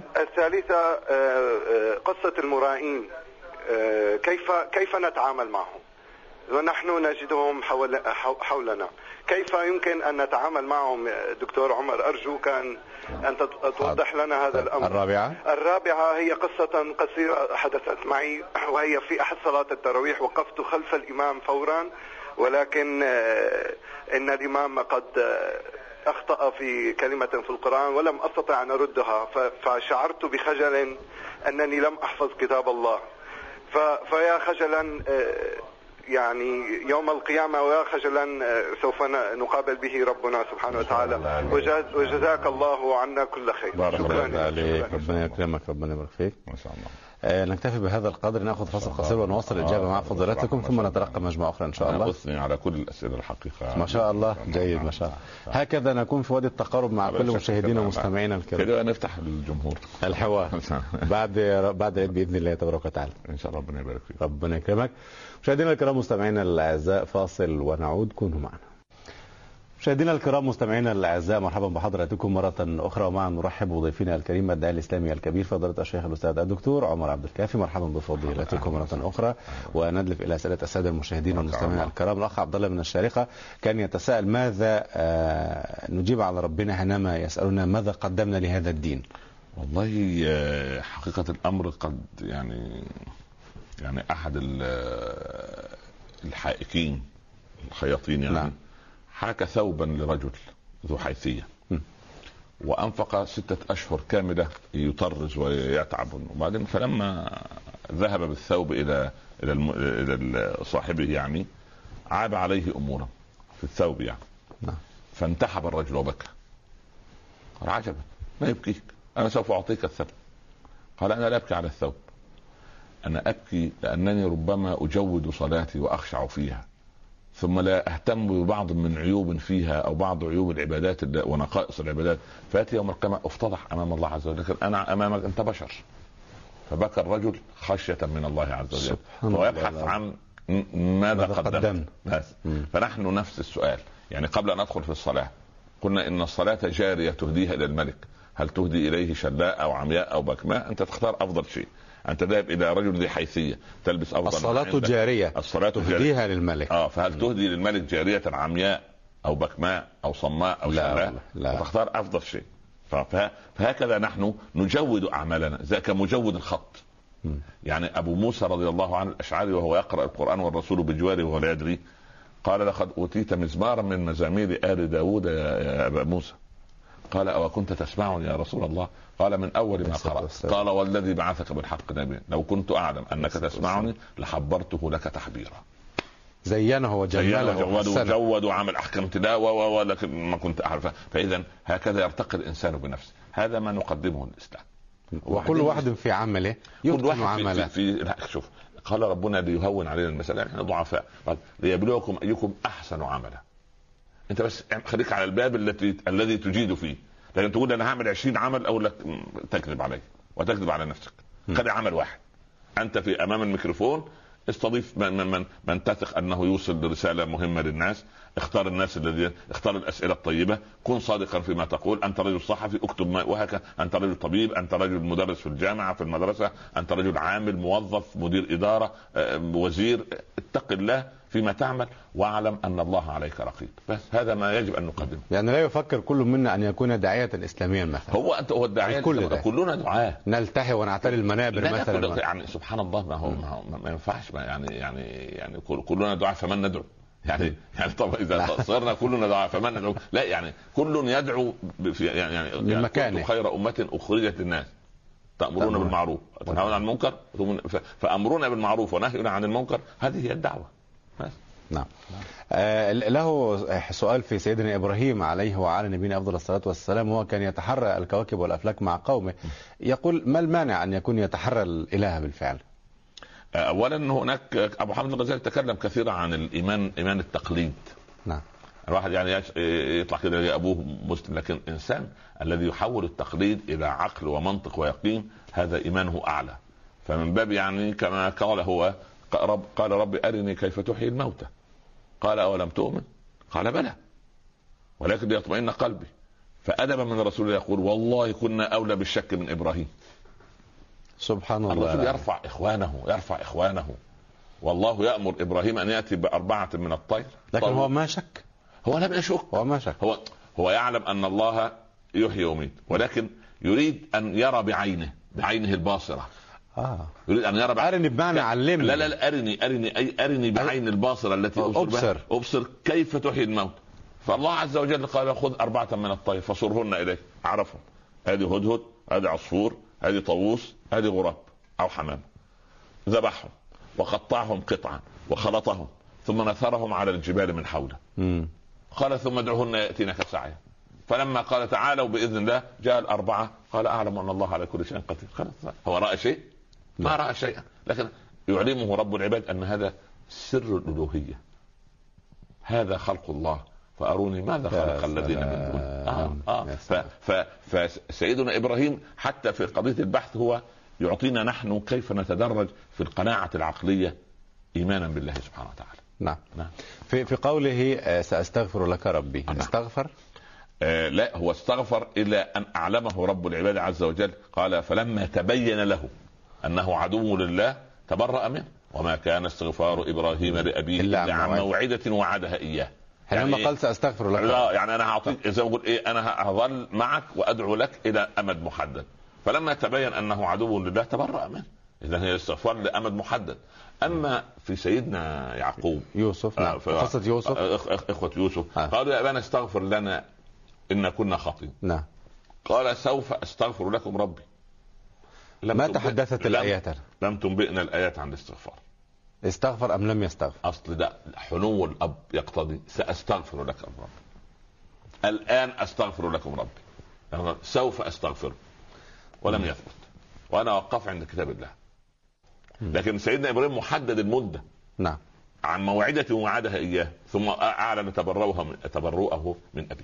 Speaker 9: قصة المرائين، كيف نتعامل معهم ونحن نجدهم حولنا؟ كيف يمكن أن نتعامل معهم دكتور عمر؟ أرجوك أن توضح لنا هذا الأمر. الرابعة هي قصة قصيرة حدثت معي، وهي في أحد صلاة التراويح وقفت خلف الإمام فورا، ولكن إن الإمام قد أخطأ في كلمة في القرآن ولم أستطع أن أردها، فشعرت بخجل أنني لم أحفظ كتاب الله. فيا خجلا يعني يوم القيامة، ويا خجلا سوف نقابل به ربنا سبحانه وتعالى. وجزاك الله عنا كل خير.
Speaker 1: شكرا عليك. ربنا يكرمك، ربنا يبارك فيك.
Speaker 2: ما شاء الله.
Speaker 1: نكتفي بهذا القدر، ناخذ فاصل قصير ونواصل الإجابة مع فضيلتكم، ثم نتلقى مجموعة أخرى إن شاء الله.
Speaker 2: أثني على كل الأسئلة الحقيقة.
Speaker 1: ما شاء الله، جيد ما شاء الله. هكذا نكون في وادي التقارب مع كل مشاهدينا ومستمعينا الكرام.
Speaker 2: كده نفتح للجمهور
Speaker 1: الحوار بعد عيد بإذن الله تبارك وتعالى
Speaker 2: إن شاء الله. ربنا يبارك فيك.
Speaker 1: ربنا يكرمك. مشاهدينا الكرام مستمعينا الأعزاء، فاصل ونعود، كونوا معنا. مشاهدينا الكرام مستمعينا الاعزاء، مرحبا بحضراتكم مره اخرى، ومعا نرحب بضيفنا الكريم الداعي الاسلامي الكبير فضيله الشيخ الاستاذ الدكتور عمر عبد الكافي. مرحبا بفضيلتكم مره اخرى، وندلف الى اسئله الساده المشاهدين والمستمعين الكرام. الاخ عبد الله من الشارقه كان يتساءل ماذا نجيب على ربنا حينما يسالنا ماذا قدمنا لهذا الدين.
Speaker 2: والله حقيقه الامر قد يعني احد الحائكين الخياطين يعني نعم. حاك ثوبا لرجل ذو حيثية وأنفق 6 أشهر كاملة يطرز ويتعب، وبعدين فلما ذهب بالثوب إلى صاحبه يعني عاب عليه أمورا في الثوب يعني فانتحب الرجل وبكى. قال عجبا ما يبكيك، أنا سوف أعطيك الثوب. قال أنا لا أبكي على الثوب، أنا أبكي لأنني ربما أجود صلاتي وأخشع فيها، ثم لا أهتم ببعض من عيوب فيها أو بعض عيوب العبادات ونقائص العبادات، فأتي يوم القيامة أفتضح أمام الله عز وجل، لكن أنا أمامك أنت بشر. فبكى الرجل خشية من الله عز وجل ويبحث عن ماذا قدم. فنحن نفس السؤال، يعني قبل أن ندخل في الصلاة قلنا إن الصلاة جارية تهديها إلى الملك، هل تهدي إليه شلاء أو عمياء أو بكماء؟ أنت تختار أفضل شيء. أنت ذاهب إلى رجل ذي حيثية تلبس أفضل.
Speaker 1: الصلاة جارية،
Speaker 2: الصلاة
Speaker 1: تهديها للملك.
Speaker 2: فهل تهدي للملك جارية عمياء أو بكماء أو صماء أو شلاء؟ لا. تختار أفضل شيء. فهكذا نحن نجود أعمالنا، ذاك مجود الخط. يعني أبو موسى رضي الله عنه الأشعري وهو يقرأ القرآن والرسول بجواره وهو لا يدري قال لقد أوتيت مزمارا من مزامير آل داود يا أبا موسى. قال أو كنت تسمعني يا رسول الله؟ قال من أول ما قرأت. قال والذي بعثك بالحق نبيا لو كنت أعلم أنك تسمعني لحبرته لك تحبيرا.
Speaker 1: زينه وجمله
Speaker 2: وجود وعمل أحكام تلاوة ولكن ما كنت أعرف. فإذا هكذا يرتقي الإنسان بنفسه، هذا ما نقدمه الإسلام.
Speaker 1: وكل واحد في عمله يتقن عمله.
Speaker 2: شوف قال ربنا ليهون علينا المسألة، احنا ضعفاء، قال ليبلوكم أيكم أحسن عملا. انت بس خليك على الباب الذي تجيد فيه، لكن تقول انا هعمل 20 عمل اقول لك تكذب علي وتكذب على نفسك. خلي عمل واحد، انت في امام الميكروفون استضيف من تثق انه يوصل رساله مهمه للناس، اختار الناس اختار الاسئله الطيبه، كن صادقا فيما تقول، انت رجل صحفي اكتب وهكذا، انت رجل طبيب، انت رجل مدرس في الجامعه في المدرسه، انت رجل عامل موظف مدير اداره وزير، اتق الله فيما تعمل واعلم ان الله عليك رقيب. بس هذا ما يجب ان نقدمه.
Speaker 1: يعني لا يفكر كل منا ان يكون داعية اسلاميا مثلا.
Speaker 2: هو الداعية كلنا دعاة،
Speaker 1: نلتحي ونعتري المنابر مثلا.
Speaker 2: يعني سبحان الله، ما ينفعش يعني كلنا دعاة فمن ندعو. يعني طبعا اذا صرنا كلنا دعاة فمن ندعو، لا يعني كل يدعو يعني
Speaker 1: مكانه.
Speaker 2: خير امة اخرجت للناس تأمرون بالمعروف وتنهون عن المنكر، فأمرنا بالمعروف ونهينا عن المنكر هذه هي الدعوة.
Speaker 1: نعم. له سؤال في سيدنا إبراهيم عليه وعلى نبينا أفضل الصلاة والسلام، هو كان يتحرى الكواكب والأفلاك مع قومه، يقول ما المانع أن يكون يتحرى الإله بالفعل؟
Speaker 2: أولا هناك أبو حامد الغزالي تكلم كثيرا عن الإيمان، إيمان التقليد.
Speaker 1: نعم.
Speaker 2: الواحد يعني يطلع كده أبوه مسلم، لكن إنسان الذي يحول التقليد إلى عقل ومنطق ويقين هذا إيمانه أعلى. فمن باب يعني كما قال هو قال رب أرني كيف تحيي الموتى، قال أولم تؤمن؟ قال بلى ولكن ليطمئن قلبي. فأدبا من الرسول يقول والله كنا أولى بالشك من إبراهيم.
Speaker 1: سبحان الله.
Speaker 2: الرسول يرفع إخوانه والله يأمر إبراهيم أن يأتي ب4 من الطير.
Speaker 1: لكن هو ما شك،
Speaker 2: هو لم يشك، هو يعلم أن الله يحيي ويميت، ولكن يريد أن يرى بعينه الباصرة. يريد أن يرى
Speaker 1: أرني بمعنى علمني.
Speaker 2: لا أرني بعين الباصرة التي أبصر كيف تحيي الموت. فالله عز وجل قال خذ 4 من الطير فصرهن إليك، عرفهم، هذه هدهد، هذه عصفور، هذه طاووس، هذه غراب أو حمام، ذبحهم وقطعهم قطعا وخلطهم ثم نثرهم على الجبال من حوله. قال ثم ادعوهن يأتينك سعيا. فلما قال تعالوا بإذن الله جاء 4 قال أعلم أن الله على كل شيء قدير. هو رأى شيء؟ ما رأى شيئا، لكن يعلمه رب العباد أن هذا سر الألوهية، هذا خلق الله فأروني ماذا خلق الذين من دونه. فسيدنا إبراهيم حتى في قضية البحث هو يعطينا نحن كيف نتدرج في القناعة العقلية إيمانا بالله سبحانه وتعالى.
Speaker 1: نعم. في قوله سأستغفر لك ربي، استغفر؟
Speaker 2: لا، هو استغفر إلى أن أعلمه رب العباد عز وجل. قال فلما تبين له أنه عدو لله تبرأ منه، وما كان استغفار إبراهيم لأبيه إلا عن موعدة وعدها إياه.
Speaker 1: يعني قال سأستغفر لك،
Speaker 2: لا يعني أنا هعطيك زي ما أقول أنا هظل معك وأدعو لك إلى أمد محدد. فلما تبين أنه عدو لله تبرأ منه، إذن هي استغفار لأمد محدد. أما في سيدنا يعقوب
Speaker 1: يوسف، قصة يوسف،
Speaker 2: إخوة يوسف قالوا يا أبانا استغفر لنا إن كنا خاطئين.
Speaker 1: نعم.
Speaker 2: قال سوف أستغفر لكم ربي.
Speaker 1: ما تحدثت الآيات؟
Speaker 2: لم تنبئنا الآيات عن الاستغفار.
Speaker 1: استغفر أم لم يستغفر؟
Speaker 2: أصل ده حنو الأب يقتضي سأستغفر لكم ربي، الآن أستغفر لكم ربي، يعني سوف أستغفر، ولم يثبت. وأنا وقف عند كتاب الله. لكن سيدنا إبراهيم محدد المدة.
Speaker 1: نعم.
Speaker 2: عن موعدة وعدها إياه ثم أعلن تبرؤه من أبيه.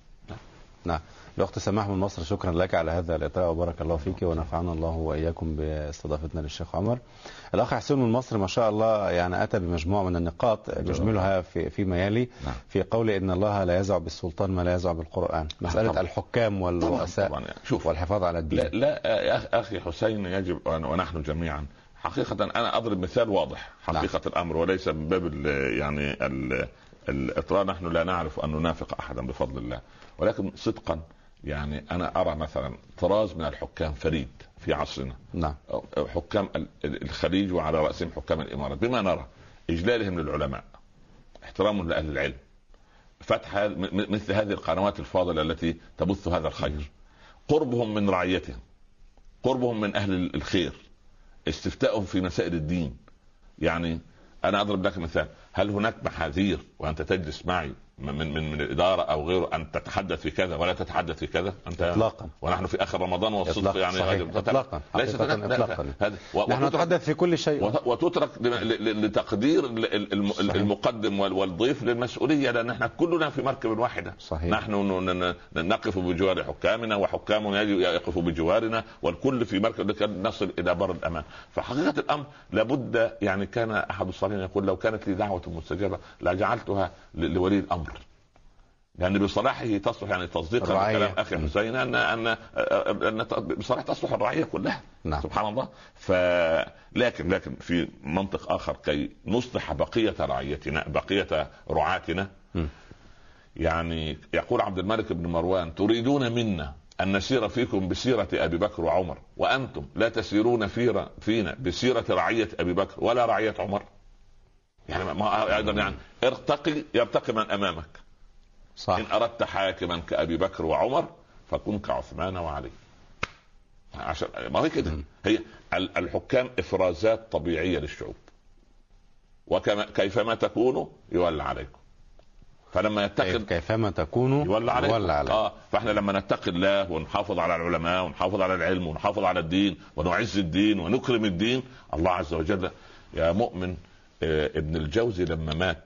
Speaker 1: نعم. الأخت سماح من مصر، شكرا لك على هذا الإطلاع وبارك الله فيك ونفعنا الله وإياكم باستضافتنا للشيخ عمر. الأخ حسين من مصر ما شاء الله يعني أتى بمجموعة من النقاط يجملها فيما يلي. في قول إن الله لا يزع بالسلطان ما لا يزع بالقرآن، مسألة الحكام والرؤساء والحفاظ على الدين.
Speaker 2: لا يا أخي حسين، يجب ونحن جميعا حقيقة، أنا أضرب مثال واضح حقيقة الأمر وليس من باب يعني الإطراء. نحن لا نعرف أن ننافق أحدا بفضل الله، ولكن صدقا يعني أنا أرى مثلا طراز من الحكام فريد في عصرنا.
Speaker 1: نعم.
Speaker 2: حكام الخليج وعلى رأسهم حكام الإمارات، بما نرى إجلالهم للعلماء، احترامهم لأهل العلم، فتح مثل هذه القنوات الفاضلة التي تبث هذا الخير، قربهم من رعيتهم، قربهم من أهل الخير، استفتاءهم في مسائل الدين. يعني أنا أضرب لك مثال، هل هناك محاذير وأنت تجلس معي من الإدارة أو غيره أن تتحدث في كذا ولا تتحدث في كذا؟ أنت
Speaker 1: إطلاقا.
Speaker 2: ونحن في آخر رمضان والصدق يعني
Speaker 1: إطلاقا.
Speaker 2: ليست
Speaker 1: إطلاقا. نحن نتحدث في كل شيء،
Speaker 2: وتترك لتقدير المقدم والضيف للمسؤولية، لأن نحن كلنا في مركب واحدة.
Speaker 1: صحيح.
Speaker 2: نحن نقف بجوار حكامنا وحكامنا يقفوا بجوارنا، والكل في مركب لكي نصل إلى بر الأمان. فحقيقة الأمر لابد، يعني كان أحد الصالحين يقول لو كانت لي دعوة مستجابة لجعلتها لولي الأمر، لأن بصلاحه تصلح، يعني تصديقا كلام أخي حسين أن بصراحة تصلح الرعية كلها.
Speaker 1: نعم.
Speaker 2: سبحان الله. لكن في منطق آخر كي نصلح بقية رعيتنا بقية رعاتنا. يعني يقول عبد الملك بن مروان: تريدون منا أن نسير فيكم بسيرة أبي بكر وعمر وأنتم لا تسيرون فينا بسيرة رعية أبي بكر ولا رعية عمر. يعني ما أيضا يعني يرتقي من أمامك. صح. إن أردت حاكما كأبي بكر وعمر فكن كعثمان وعلي. عشان ما هي كده. هي الحكام إفرازات طبيعية للشعوب، كيفما تكونوا يولى عليكم. فلما يتقي
Speaker 1: كيفما تكونوا
Speaker 2: يولى عليكم. فاحنا لما نتقي الله ونحافظ على العلماء ونحافظ على العلم ونحافظ على الدين ونعز الدين ونكرم الدين، الله عز وجل. يا مؤمن، ابن الجوزي لما مات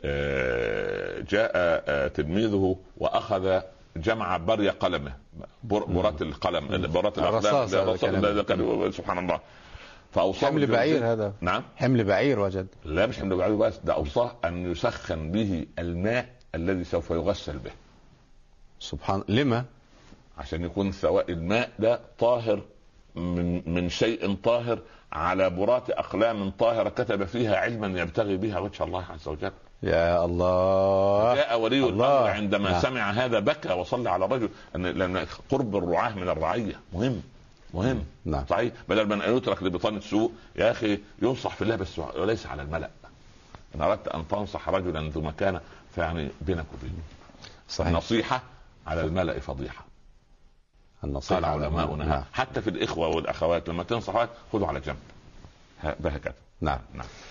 Speaker 2: جاء تلميذه واخذ جمع بري قلمه، برات القلم، برات الاقلام. سبحان الله.
Speaker 1: حمل بعير هذا.
Speaker 2: نعم،
Speaker 1: حمل بعير وجد.
Speaker 2: لا مش حمل بعير بس، ده اوصاه ان يسخن به الماء الذي سوف يغسل به.
Speaker 1: سبحان. لما؟
Speaker 2: عشان يكون سواء الماء ده طاهر من شيء طاهر على برات اقلام طاهره كتب فيها علما يبتغي بها وجه الله عز وجل.
Speaker 1: يا الله.
Speaker 2: جاء ولي الامر عندما سمع هذا بكى وصلى على الرجل، لان قرب الرعاه من الرعيه مهم.
Speaker 1: نعم.
Speaker 2: صحيح. بدل من ان يترك لبطانه سوء، يا اخي ينصح في الله بس وليس على الملأ. ان اردت ان تنصح رجلا ذو مكانه فيعني بينك وبينه. صحيح. النصيحه على الملأ فضيحه.
Speaker 1: النصيحه
Speaker 2: قال علماؤنا. نعم. حتى في الاخوه والاخوات لما تنصح خذوا على جنب بهكذا.
Speaker 1: نعم.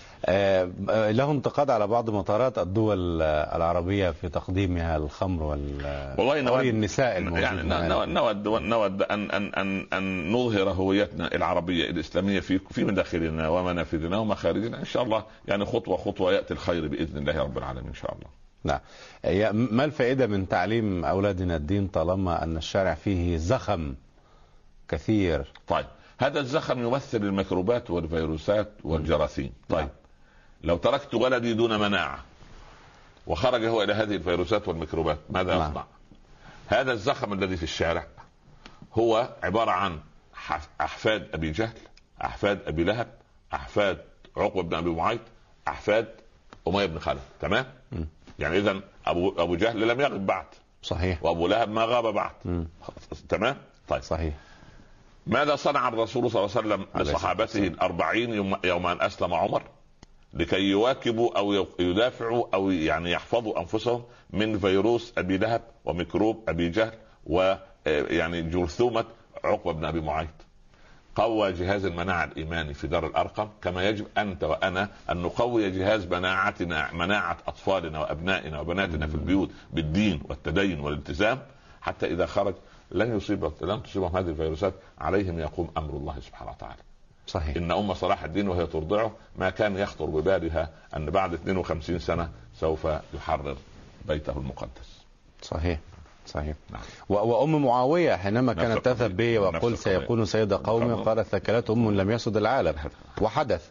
Speaker 1: له انتقاد على بعض مطارات الدول العربية في تقديمها الخمر والله النساء
Speaker 2: يعني نود أن نظهر هويتنا العربية الإسلامية في مداخلنا ومنافذنا ومخارجنا إن شاء الله. يعني خطوة يأتي الخير بإذن الله رب العالمين إن شاء الله.
Speaker 1: نعم. ما الفائدة من تعليم أولادنا الدين طالما أن الشارع فيه زخم كثير؟
Speaker 2: طيب، هذا الزخم يمثل الميكروبات والفيروسات والجراثيم. طيب، لو تركت ولدي دون مناعة وخرج هو إلى هذه الفيروسات والميكروبات ماذا يصنع؟ هذا الزخم الذي في الشارع هو عبارة عن أحفاد أبي جهل، أحفاد أبي لهب، أحفاد عقبة بن أبي معيط، أحفاد أمية بن خلف. تمام؟ يعني إذن أبو جهل لم يغب بعد.
Speaker 1: صحيح.
Speaker 2: وأبو لهب ما غاب بعد. تمام؟ طيب.
Speaker 1: صحيح.
Speaker 2: ماذا صنع الرسول صلى الله عليه وسلم لصحابته 40 يوم أن أسلم عمر لكي يواكبوا أو يدافعوا أو يعني يحفظوا أنفسهم من فيروس أبي لهب وميكروب أبي جهل ويعني جرثومة عقبة بن أبي معيط؟ قوى جهاز المناعة الإيماني في دار الأرقم كما يجب أنت وأنا أن نقوي جهاز مناعتنا، مناعة أطفالنا وأبنائنا وبناتنا في البيوت بالدين والتدين والالتزام، حتى إذا خرج لن تصيبهم هذه الفيروسات. عليهم يقوم أمر الله سبحانه وتعالى.
Speaker 1: صحيح.
Speaker 2: إن أم صلاح الدين وهي ترضعه ما كان يخطر ببالها أن بعد 52 سنة سوف يحرر بيته المقدس.
Speaker 1: صحيح. نعم. وأم معاوية حينما كانت تذهب به وقل سيكون سيد قومي قالت ثكلت لم يسد العالم، وحدث.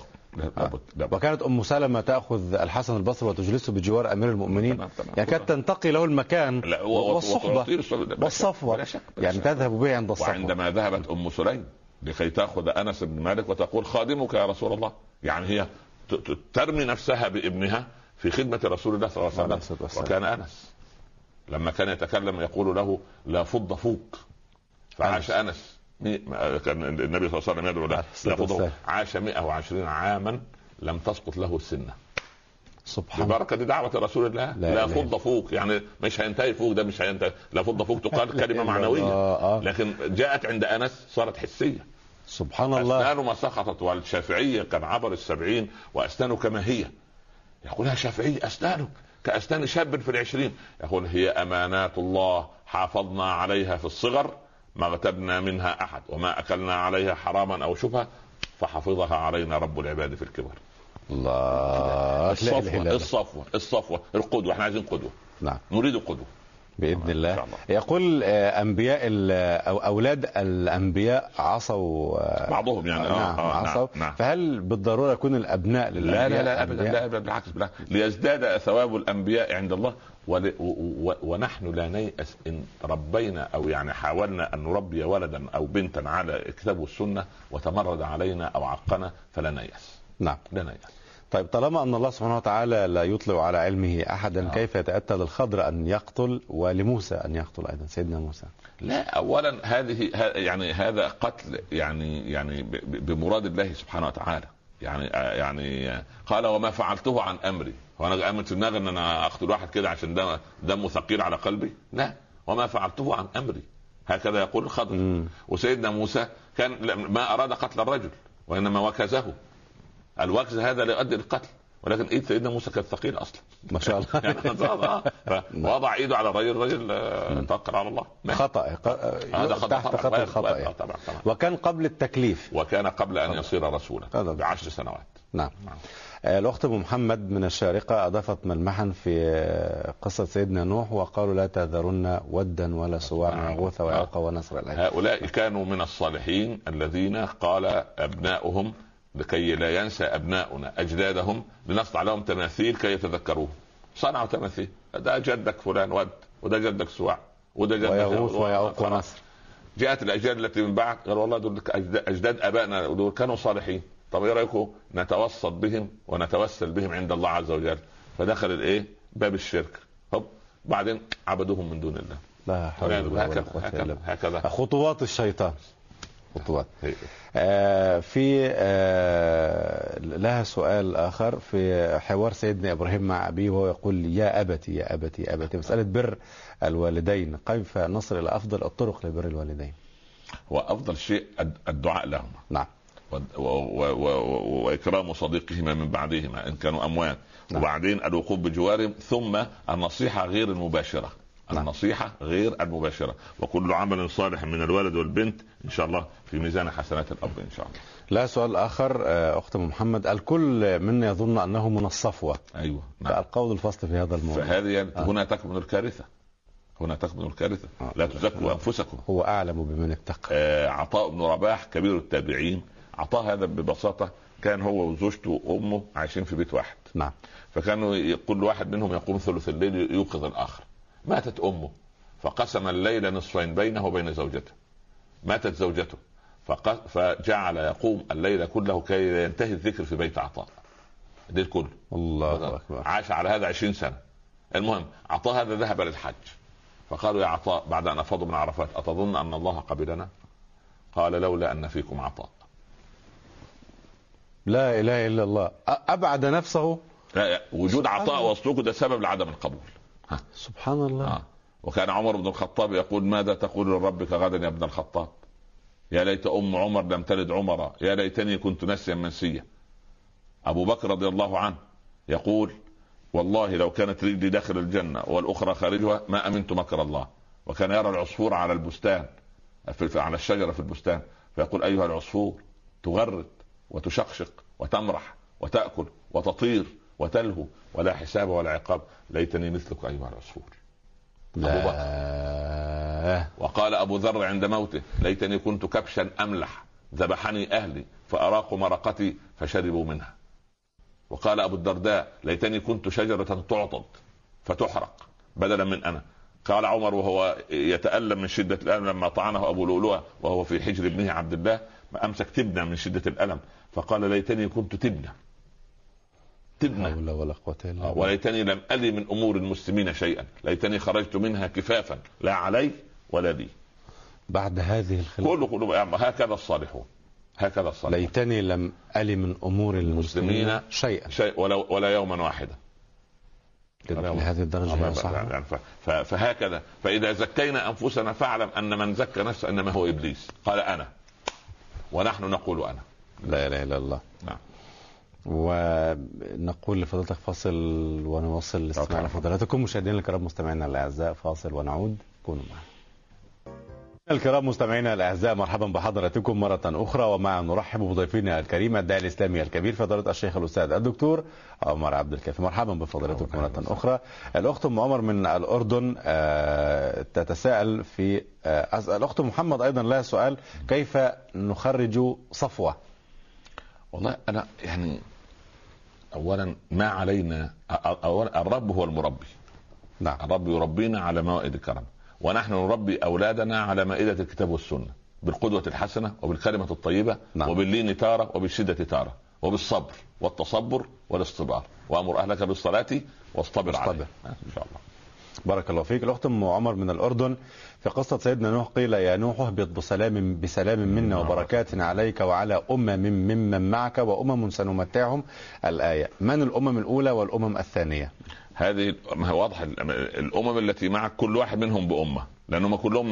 Speaker 1: وكانت أم سلمة تأخذ الحسن البصري وتجلسه بجوار أمير المؤمنين. يعني كانت تنتقي له المكان والصحبة والصفوة، يعني تذهب به عند الصفوة.
Speaker 2: وعندما ذهبت أم سليم لكي تأخذ أنس بن مالك وتقول خادمك يا رسول الله، يعني هي ترمي نفسها بابنها في خدمة رسول الله صلى الله عليه وسلم. وكان أنس لما كان يتكلم يقول له لا فض فوق، فعاش أنس. كان النبي صلى الله عليه وسلم يدعو له لا فض، عاش 120 عاما لم تسقط له السنة.
Speaker 1: سبحان
Speaker 2: ببركة دعوة رسول الله. لا فض فوق، يعني مش هينتهي فوق، ده مش هينتهي. لا فض فوق تقال كلمة معنوية لكن جاءت عند أنس صارت حسية.
Speaker 1: سبحان الله.
Speaker 2: أسنانه ما سقطت. والشافعية كان عبر 70 وأسنانه كما هي. يقولها شافعي أسنانه كأسنان شاب في 20. يقول هي أمانات الله حافظنا عليها في الصغر ما اغتبنا منها أحد وما أكلنا عليها حراما أو شبهة فحفظها علينا رب العباد في الكبر.
Speaker 1: الله.
Speaker 2: الصفوة القدوة. احنا عايزين قدوة.
Speaker 1: نعم.
Speaker 2: نريد قدوة.
Speaker 1: بإذن الله. يقول أنبياء أو أولاد الأنبياء عصوا
Speaker 2: بعضهم يعني
Speaker 1: عصوا. نعم. فهل بالضرورة يكون الأبناء
Speaker 2: للأنبياء؟ لا أبدا بالعكس، ليزداد ثواب الأنبياء عند الله. ونحن لا نيأس إن ربينا أو يعني حاولنا أن نربي ولدا أو بنتا على الكتاب والسنة وتمرد علينا أو عقنا فلا نيأس.
Speaker 1: نعم
Speaker 2: لا نيأس.
Speaker 1: طيب طالما أن الله سبحانه وتعالى لا يطلع على علمه أحدا، كيف يتأتى للخضر أن يقتل ولموسى أن يقتل أيضا سيدنا موسى؟
Speaker 2: لا، أولا هذا قتل يعني بمراد الله سبحانه وتعالى. يعني قال وما فعلته عن أمري، وأنا أمنت دماغي أن أنا أقتل واحد كده عشان دمه ثقيل على قلبي؟ لا، وما فعلته عن أمري، هكذا يقول الخضر. وسيدنا موسى كان ما أراد قتل الرجل وإنما وكزه. الوكز هذا لا يؤدي للقتل، ولكن ايد سيدنا موسى كان ثقيل اصلا
Speaker 1: ما شاء الله.
Speaker 2: وضع ايده على الرجل توكل على الله.
Speaker 1: خطأ
Speaker 2: هذا
Speaker 1: خطأ
Speaker 2: طبعا.
Speaker 1: وكان قبل التكليف،
Speaker 2: وكان قبل ان يصير رسولا ب10 سنوات.
Speaker 1: نعم. الأخت أم محمد من الشارقة أضافت ملمحا في قصة سيدنا نوح وقالوا لا تذرن ودا ولا سواعا ويغوث ويعوق ونسر.
Speaker 2: هؤلاء كانوا من الصالحين الذين قال أبناؤهم لكي لا ينسى أبناؤنا أجدادهم لنصنع لهم تماثيل كي يتذكروه. صنعوا تماثيل، ده جدك فلان ود، وده جدك سواع، وده جدك
Speaker 1: ويغوث ويعوق ونسر.
Speaker 2: جاءت الأجيال التي من بعد قال والله دول أجداد أبائنا ودول كانوا صالحين، طب ايه رايكم نتوسط بهم ونتوسل بهم عند الله عز وجل؟ فدخل باب الشرك، بعدين عبدوهم من دون الله.
Speaker 1: لا حول ولا قوة إلا بالله. هكذا خطوات الشيطان. خطوات. في لها سؤال آخر في حوار سيدنا إبراهيم مع أبيه وهو يقول يا أبتي يا أبتي يا أبتي، مسألة بر الوالدين، كيف نصل إلى أفضل الطرق لبر الوالدين؟
Speaker 2: وأفضل شيء الدعاء لهم.
Speaker 1: نعم.
Speaker 2: وإكرام صديقهما من بعدهما إن كانوا أموات. نعم. وبعدين الوقوف بجوارهم، ثم النصيحة غير المباشرة. النصيحة غير المباشرة. وكل عمل صالح من الولد والبنت إن شاء الله في ميزان حسنات الأب إن شاء الله.
Speaker 1: لا سؤال آخر أخت محمد، الكل منا يظن أنه من الصفوة.
Speaker 2: أيوة.
Speaker 1: فالقول الفصل في هذا الموضوع.
Speaker 2: فهذه هنا تكمن الكارثة. لا تزكوا أنفسكم،
Speaker 1: هو أعلم بمن اتقى.
Speaker 2: عطاء بن رباح كبير التابعين، عطاء هذا ببساطة كان هو وزوجته وأمه عايشين في بيت واحد.
Speaker 1: نعم.
Speaker 2: فكانوا كل واحد منهم يقوم ثلث الليل يوقظ الآخر. ماتت أمه فقسم الليل نصفين بينه وبين زوجته. ماتت زوجته فجعل يقوم الليل كله كي ينتهي الذكر في بيت عطاء الليل كله.
Speaker 1: الله أكبر.
Speaker 2: عاش على هذا 20 سنة. المهم عطاء هذا ذهب للحج، فقالوا يا عطاء بعد أن أفاضوا من عرفات أتظن أن الله قبلنا؟ قال لولا أن فيكم عطاء.
Speaker 1: لا إله إلا الله. أبعد نفسه.
Speaker 2: لا، وجود عطاء وسلوكه ده سبب لعدم القبول.
Speaker 1: سبحان الله.
Speaker 2: وكان عمر بن الخطاب يقول ماذا تقول لربك غدا يا ابن الخطاب؟ يا ليت أم عمر لم تلد عمرا، يا ليتني كنت نسيا منسيا. أبو بكر رضي الله عنه يقول والله لو كانت رجلي داخل الجنة والأخرى خارجها ما أمنت مكر الله. وكان يرى العصفور على البستان على الشجرة في البستان فيقول أيها العصفور تغرد وتشقشق وتمرح وتأكل وتطير وتلهو ولا حساب ولا عقاب، ليتني مثلك أيها العصفور. أبو بكر. وقال أبو ذر عند موته ليتني كنت كبشا أملح ذبحني أهلي فأراقوا مرقتي فشربوا منها. وقال أبو الدرداء ليتني كنت شجرة تعضد فتحرق بدلا من أنا. قال عمر وهو يتألم من شدة الألم لما طعنه أبو لؤلؤة وهو في حجر ابنه عبد الله ما أمسك تبنى من شدة الألم فقال ليتني كنت تبنى
Speaker 1: ولا قوة إلا بالله.
Speaker 2: وليتني لم ألي من أمور المسلمين شيئا، ليتني خرجت منها كفافا لا علي ولا لي.
Speaker 1: بعد هذه الخلافة
Speaker 2: كله هكذا الصالحون.
Speaker 1: ليتني لم ألي من أمور المسلمين شيئا
Speaker 2: ولا يوما واحدا.
Speaker 1: لهذه الدرجة
Speaker 2: يعني فهكذا. فإذا زكينا أنفسنا فاعلم أن من زكى نفسه إنما هو إبليس. قال أنا، ونحن نقول أنا.
Speaker 1: لا إله إلا الله.
Speaker 2: نعم.
Speaker 1: ونقول لفضلتك فاصل ونواصل الاستماع لفضلاتكم. مشاهدينا الكرام مستمعينا الأعزاء، فاصل ونعود، كونوا معنا. الكرام مستمعينا الاعزاء، مرحبا بحضراتكم مره اخرى، ومع نرحب بضيفنا الكريم الداعي الاسلامي الكبير فضيله الشيخ الاستاذ الدكتور عمر عبد الكافي. مرحبا بفضيلتكم مره اخرى. الاخت ام عمر من الاردن تتساءل في الاخت محمد ايضا لها سؤال: كيف نخرج صفوه؟
Speaker 2: والله انا يعني اولا ما علينا، أولا الرب هو المربي.
Speaker 1: نعم.
Speaker 2: الرب يربينا على موائد الكرم، ونحن نربي أولادنا على مائدة الكتاب والسنة، بالقدوة الحسنة وبالكلمة الطيبة. نعم. وباللين تارة وبالشدة تارة وبالصبر والتصبر والاصطبار، وأمر أهلك بالصلاة واصطبر عليها إن شاء الله.
Speaker 1: بارك الله فيك. الأخت أم عمر من الأردن: في قصة سيدنا نوح قيل يا نوح اهبط بسلام منا وبركات عليك وعلى ممن معك وأمم سنمتعهم. الآية. من الأمم الأولى والأمم الثانية؟
Speaker 2: هذه ما هو واضح، الأمم التي معك كل واحد منهم بأمة، لأنهم كلهم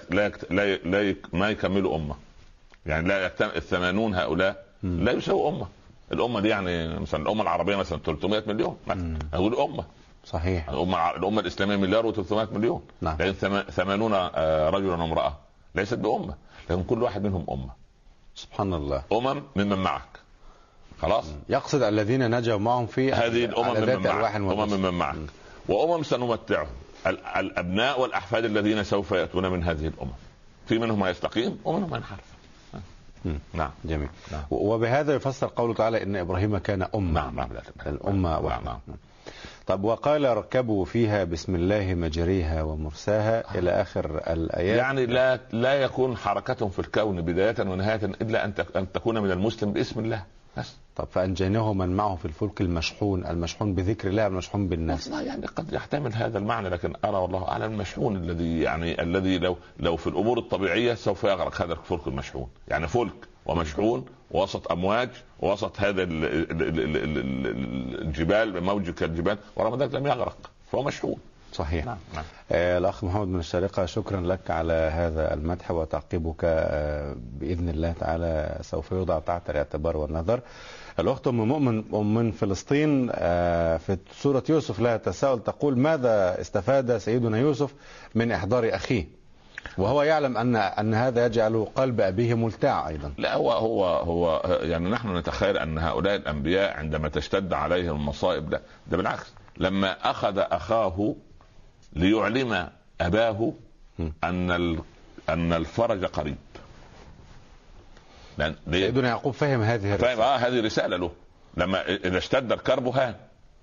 Speaker 2: ما يكملوا أمة، يعني لا يكتمل 80 هؤلاء لا يساوي أمة. الأمة دي يعني مثلا الأمة العربية مثلا 300 مليون مثلا، أقول أمة.
Speaker 1: صحيح.
Speaker 2: الأمة الإسلامية 1.3 مليار.
Speaker 1: نعم.
Speaker 2: لكن 80 رجلا وامرأة ليست بأمة، لكن كل واحد منهم أمة.
Speaker 1: سبحان الله.
Speaker 2: أمم ممن معك. خلاص.
Speaker 1: يقصد الذين نجوا معهم في
Speaker 2: هذه الأمم ممن معك. وأمم سنمتعهم، الأبناء والأحفاد الذين سوف يأتون من هذه الأمم، في منهم ما يستقيم ومنهم ما ينحرف.
Speaker 1: نعم. جميل. نعم. وبهذا يفسر قوله تعالى إن إبراهيم كان أمة.
Speaker 2: نعم.
Speaker 1: الأمة واحدة. نعم. طب وقال اركبوا فيها بسم الله مجريها ومرساها إلى آخر الآيات.
Speaker 2: يعني لا يكون حركة في الكون بداية ونهاية إلا أن تكون من المسلم باسم الله بس.
Speaker 1: طب فأنجيناه من معه في الفلك المشحون بذكر الله، المشحون بالناس.
Speaker 2: يعني قد يحتمل هذا المعنى، لكن أرى والله أعلم المشحون الذي لو في الأمور الطبيعية سوف يغرق هذا الفلك المشحون، يعني فلك ومشحون وسط امواج وسط هذا الجبال، موج كالجبال، ورغم ذلك لم يغرق، فهو مشحون.
Speaker 1: صحيح. نعم. الاخ محمد من الشارقة: شكرا لك على هذا المدح، وتعقيبك باذن الله تعالى سوف يوضع تحت الاعتبار والنظر. الاخت ام مؤمن من فلسطين في سورة يوسف لها تساؤل، تقول: ماذا استفاد سيدنا يوسف من احضار اخيه وهو يعلم ان هذا يجعل قلب ابيه ملتاع ايضا؟
Speaker 2: لا، هو يعني نحن نتخيل ان هؤلاء الانبياء عندما تشتد عليهم المصائب، ده بالعكس، لما اخذ اخاه ليعلم اباه ان الفرج قريب.
Speaker 1: سيدنا يعقوب فهم هذه الرسالة.
Speaker 2: هذه رسالة له، لما اذا اشتد الكرب هان.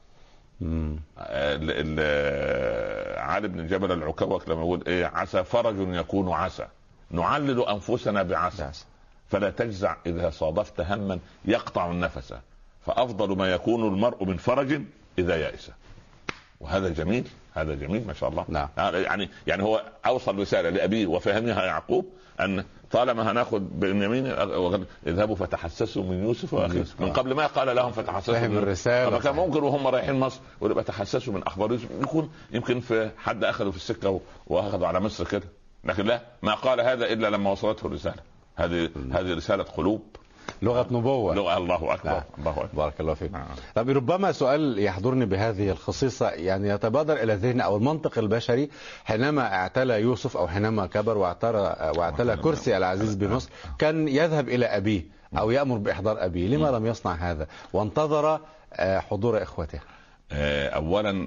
Speaker 2: علي بن جبل العكوك لما يقول ايه: عسى فرج يكون عسى، نعلل انفسنا بعسى، فلا تجزع اذا صادفت هما يقطع النفس، فافضل ما يكون المرء من فرج اذا يأس. وهذا جميل، هذا جميل ما شاء الله.
Speaker 1: نعم.
Speaker 2: يعني هو اوصل رسالة لابيه وفهمها يعقوب ان طالما هناخد باليمين اذهبوا فتحسسوا من يوسف واخيه، من قبل ما قال لهم فتحسسوا.
Speaker 1: فهم الرسالة.
Speaker 2: فكان ممكن وهم رايحين مصر ويبقى تحسسوا من اخبار يوسف، يمكن في حد اخذوا في السكه واخذوا على مصر كده، لكن لا، ما قال هذا الا لما وصلته الرساله. هذه رساله قلوب،
Speaker 1: لغة نبوة.
Speaker 2: الله أكبر. الله أكبر.
Speaker 1: بارك الله فيك. طب ربما سؤال يحضرني بهذه الخصيصة، يعني يتبادر إلى الذهن أو المنطق البشري حينما اعتلى يوسف أو حينما كبر واعتلى كرسي العزيز بمصر، كان يذهب إلى أبيه أو يأمر بإحضار أبيه، لما لم يصنع هذا وانتظر حضور إخوته؟
Speaker 2: أولا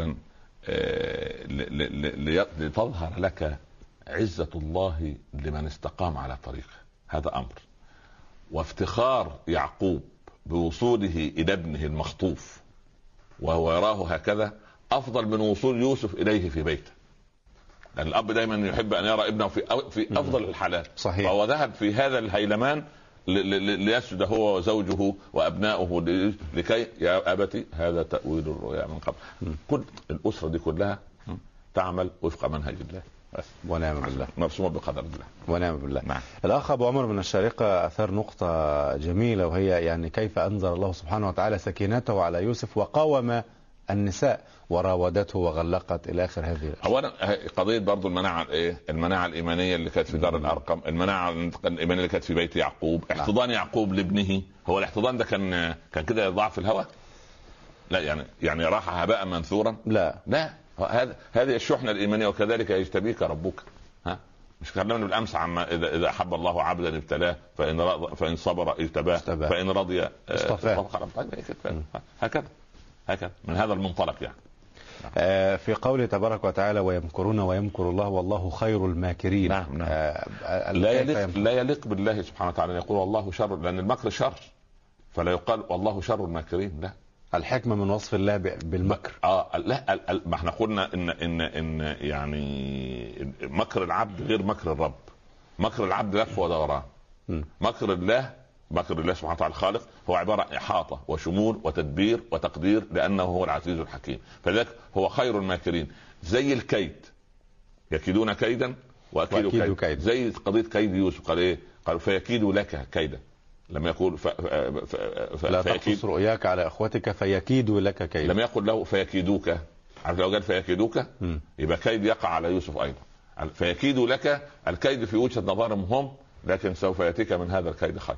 Speaker 2: لتظهر لك عزة الله لمن استقام على طريقه، هذا أمر. وافتخار يعقوب بوصوله إلى ابنه المخطوف وهو يراه هكذا أفضل من وصول يوسف إليه في بيته، لأن الأب دائما يحب أن يرى ابنه في أفضل الحالات.
Speaker 1: صحيح.
Speaker 2: فهو ذهب في هذا الهيلمان ليسجد هو وزوجه وأبناؤه لكي يا أبتي هذا تأويل الرؤيا من قبل. كل الأسرة دي كلها تعمل وفق منهج الله بس.
Speaker 1: ونعم بالله.
Speaker 2: مرسومة بقدر الله.
Speaker 1: ونعم بالله.
Speaker 2: نعم.
Speaker 1: الأخ أبو عمر من الشارقة أثار نقطة جميلة، وهي يعني كيف أنزل الله سبحانه وتعالى سكينته على يوسف وقاوم النساء وراودته وغلقت إلى آخر هذه.
Speaker 2: أولا قضية برضو المناعة الإيمانية اللي كانت في دار الأرقم، المناعة الإيمانية اللي كانت في بيت يعقوب، احتضان يعقوب لابنه. هو الاحتضان ده كان كده يضاع في الهواء؟ لا، يعني راح هباء منثورا؟ لا، هذه الشحنة الإيمانية. وكذلك يجتبيك ربك مش كلامنا بالامس عما اذا احب الله عبدا ابتلاه فان صبر اجتباه فان رضي اصطفاه. هكذا من هذا المنطلق يعني.
Speaker 1: في قوله تبارك وتعالى ويمكرون ويمكر الله والله خير الماكرين.
Speaker 2: نعم. لا يليق بالله سبحانه وتعالى يقول والله شر، لأن المكر شر، فلا يقال والله شر الماكرين. لا،
Speaker 1: الحكمة من وصف الله بالمكر.
Speaker 2: لا، ما احنا قلنا ان يعني مكر العبد غير مكر الرب. مكر العبد لف ودوران. مكر الله سبحانه وتعالى الخالق هو عبارة عن إحاطة وشمول وتدبير وتقدير، لأنه هو العزيز الحكيم، فذلك هو خير الماكرين. زي الكيد، يكيدون كيدا وأكيد كيد. زي قضية كيد يوسف، قال إيه؟ قال فيكيد لك كيدا، لما يقول
Speaker 1: لا تقصص رؤياك على أخوتك فيكيدوا لك كيدا،
Speaker 2: لم يقل له فيكيدوك. عارف لو قال فيكيدوك يبقى كيد يقع على يوسف أيضا. فيكيدوا لك، الكيد في وجهة نظرهم هم، لكن سوف يأتيك من هذا الكيد خير.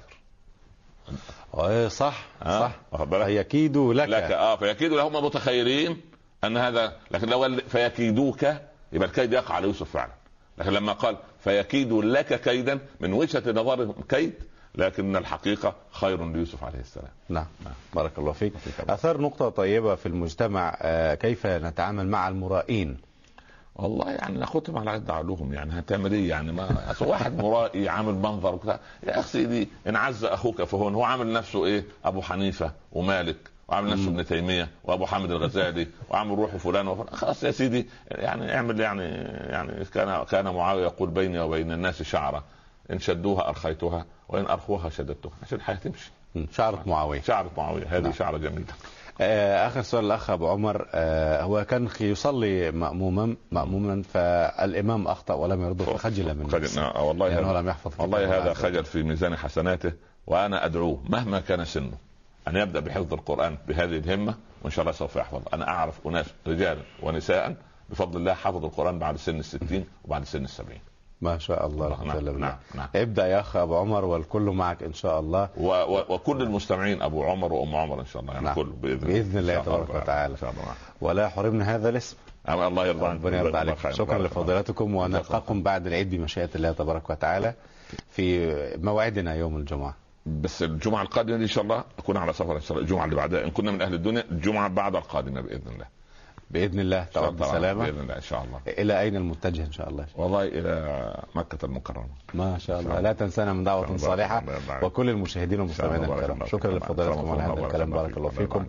Speaker 1: صح. فيكيدوا لك
Speaker 2: فيكيدوا لهم متخيرين ان هذا، لكن لو فيكيدوك يبقى الكيد يقع على يوسف فعلا. لكن لما قال فيكيدوا لك كيدا من وجهة نظرهم كيد، لكن الحقيقة خير ليوسف عليه السلام.
Speaker 1: نعم. بارك الله فيك. أثار نقطة طيبة في المجتمع، كيف نتعامل مع المرائين؟
Speaker 2: والله يعني ناخدهم على قد عقلهم، يعني هتعمل ايه يعني؟ ما واحد مرائي عامل منظر وكذا، يا اخي سيدي ان عز اخوك فهو عامل نفسه ايه؟ ابو حنيفه ومالك، وعامل نفسه ابن تيميه وابو حامد الغزالي، وعامل روحه فلان وفلان. خلاص يا سيدي يعني اعمل يعني كان معاويه يقول بيني وبين الناس شعره ان شدوها ارخيتها وان ارخوها شددتها، عشان الحياه تمشي.
Speaker 1: شعره معاويه
Speaker 2: هذه شعره جميله.
Speaker 1: آخر سؤال الأخ أبو عمر، هو كان يصلي مأموما فالإمام أخطأ ولم يرده فخجل منه.
Speaker 2: والله
Speaker 1: يعني لم يحفظ.
Speaker 2: والله هذا خجل في ميزان حسناته، وأنا أدعوه مهما كان سنه أن يبدأ بحفظ القرآن بهذه الهمة، وإن شاء الله سوف يحفظ. أنا أعرف أناس رجال ونساء بفضل الله حفظوا القرآن بعد سن 60 وبعد سن 70.
Speaker 1: ما شاء الله. نعم. ابدأ يا أخ أبو عمر والكل معك إن شاء الله،
Speaker 2: وكل المستمعين أبو عمر وأم عمر إن شاء الله، يعني كل
Speaker 1: بإذن الله تبارك وتعالى. ولا حرمنا هذا الاسم.
Speaker 2: الله يرضى عنك.
Speaker 1: ربنا يرضى عليك. شكرا لفضيلتكم، ونلقاكم بعد العيد بمشيئة الله تبارك وتعالى في موعدنا يوم الجمعة.
Speaker 2: بس الجمعة القادمة إن شاء الله أكون على سفر إن شاء الله. الجمعة اللي بعدها إن كنا من أهل الدنيا الجمعة بعد القادمة بإذن الله تعالى بسلامة بإذن الله إن شاء الله.
Speaker 1: إلى أين المتجه إن شاء الله؟
Speaker 2: والله إلى مكة المكرمة.
Speaker 1: ما شاء الله. لا تنسانا من دعوة صالحة، وكل المشاهدين والمستمعين الكرام. شكرا لفضيلتكم على هذا الكلام، بارك الله فيكم.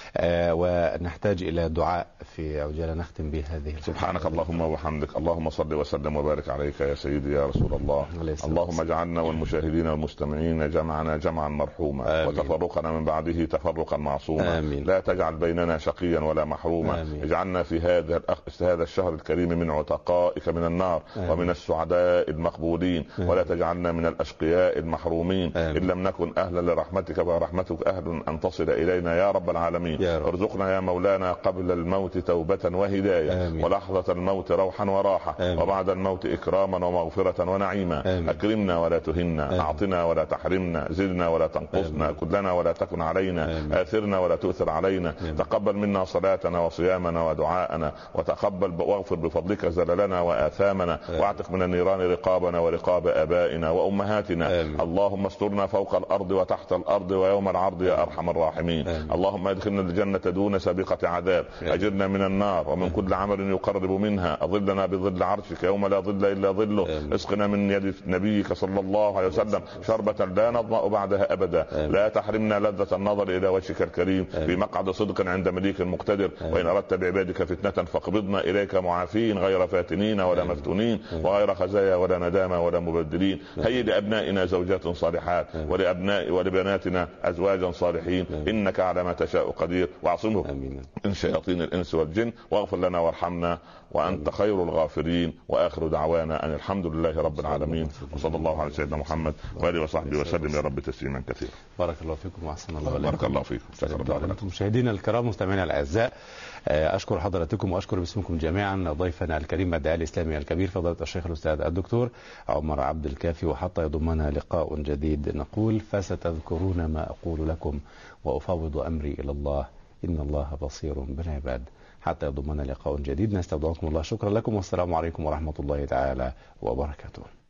Speaker 1: ونحتاج إلى دعاء في عجالة نختم به هذه.
Speaker 2: سبحانك اللهم وبحمدك، اللهم صل وسلم وبارك عليك يا سيدي يا رسول الله. اللهم اجعلنا والمشاهدين والمستمعين جمعنا جمعا مرحوما، وتفرقنا من بعده تفرقا معصوما. لا تجعل بيننا شقيا ولا محروما. اجعلنا في هذا الشهر الكريم من عتقائك من النار ومن السعداء المقبولين، ولا تجعلنا من الأشقياء المحرومين. إن لم نكن أهلا لرحمتك فرحمتك أهل أن تصل إلينا يا رب العالمين. ارزقنا يا مولانا قبل الموت توبة وهداية، ولحظة الموت روحا وراحة، وبعد الموت إكراما ومغفرة ونعيما. أكرمنا ولا تهنا، أعطنا ولا تحرمنا، زدنا ولا تنقصنا، كلنا ولا تكن علينا، آثرنا ولا تؤثر علينا. تقبل منا صلاتنا وصيامنا ودعاءنا، وتقبل واغفر بفضلك زللنا وآثامنا، واعتق من النيران رقابنا ورقاب آبائنا وأمهاتنا. اللهم استرنا فوق الأرض وتحت الأرض ويوم العرض يا أرحم الراحمين. اللهم ادخلنا الجنة دون سابقة عذاب، أجرنا من النار ومن كل عمل يقرب منها، أظلنا بظل عرشك يوم لا ظل إلا ظله. اسقنا من يد نبيك صلى الله عليه وسلم شربة لا نظمأ بعدها أبدا. لا تحرمنا لذة النظر إلى وجهك الكريم في مقعد صدق عند مليك مقتدر. وإن أردت بعبادك فتنة فاقبضنا إليك معافين غير فاتنين ولا مفتونين، وغير خزايا ولا ندامة ولا مبدلين. هيئ لأبنائنا زوجات صالحات، ولبناتنا أزواجا صالحين، إنك على ما تشاء قدير. واعصمهم من شياطين الإنس والجن، واغفر لنا وارحمنا وأنت خير الغافرين. وآخر دعوانا أن الحمد لله رب العالمين، وصلى الله على سيدنا محمد وآله وصحبه وسلم يا رب تسليما كثيرا.
Speaker 1: بارك الله فيكم وأحسن الله إليكم.
Speaker 2: بارك الله فيكم.
Speaker 1: مشاهدينا الكرام مستمعينا الأعزاء، أشكر حضراتكم وأشكر باسمكم جميعا ضيفنا الكريم الداعية الإسلامي الكبير فضيلة الشيخ الأستاذ الدكتور عمر عبد الكافي. وحتى يضمنا لقاء جديد نقول فستذكرون ما أقول لكم وأفوض أمري إلى الله، إن الله بصير بالعباد. حتى يضمنا لقاء جديد. نستودعكم الله، شكرا لكم والسلام عليكم ورحمة الله تعالى وبركاته.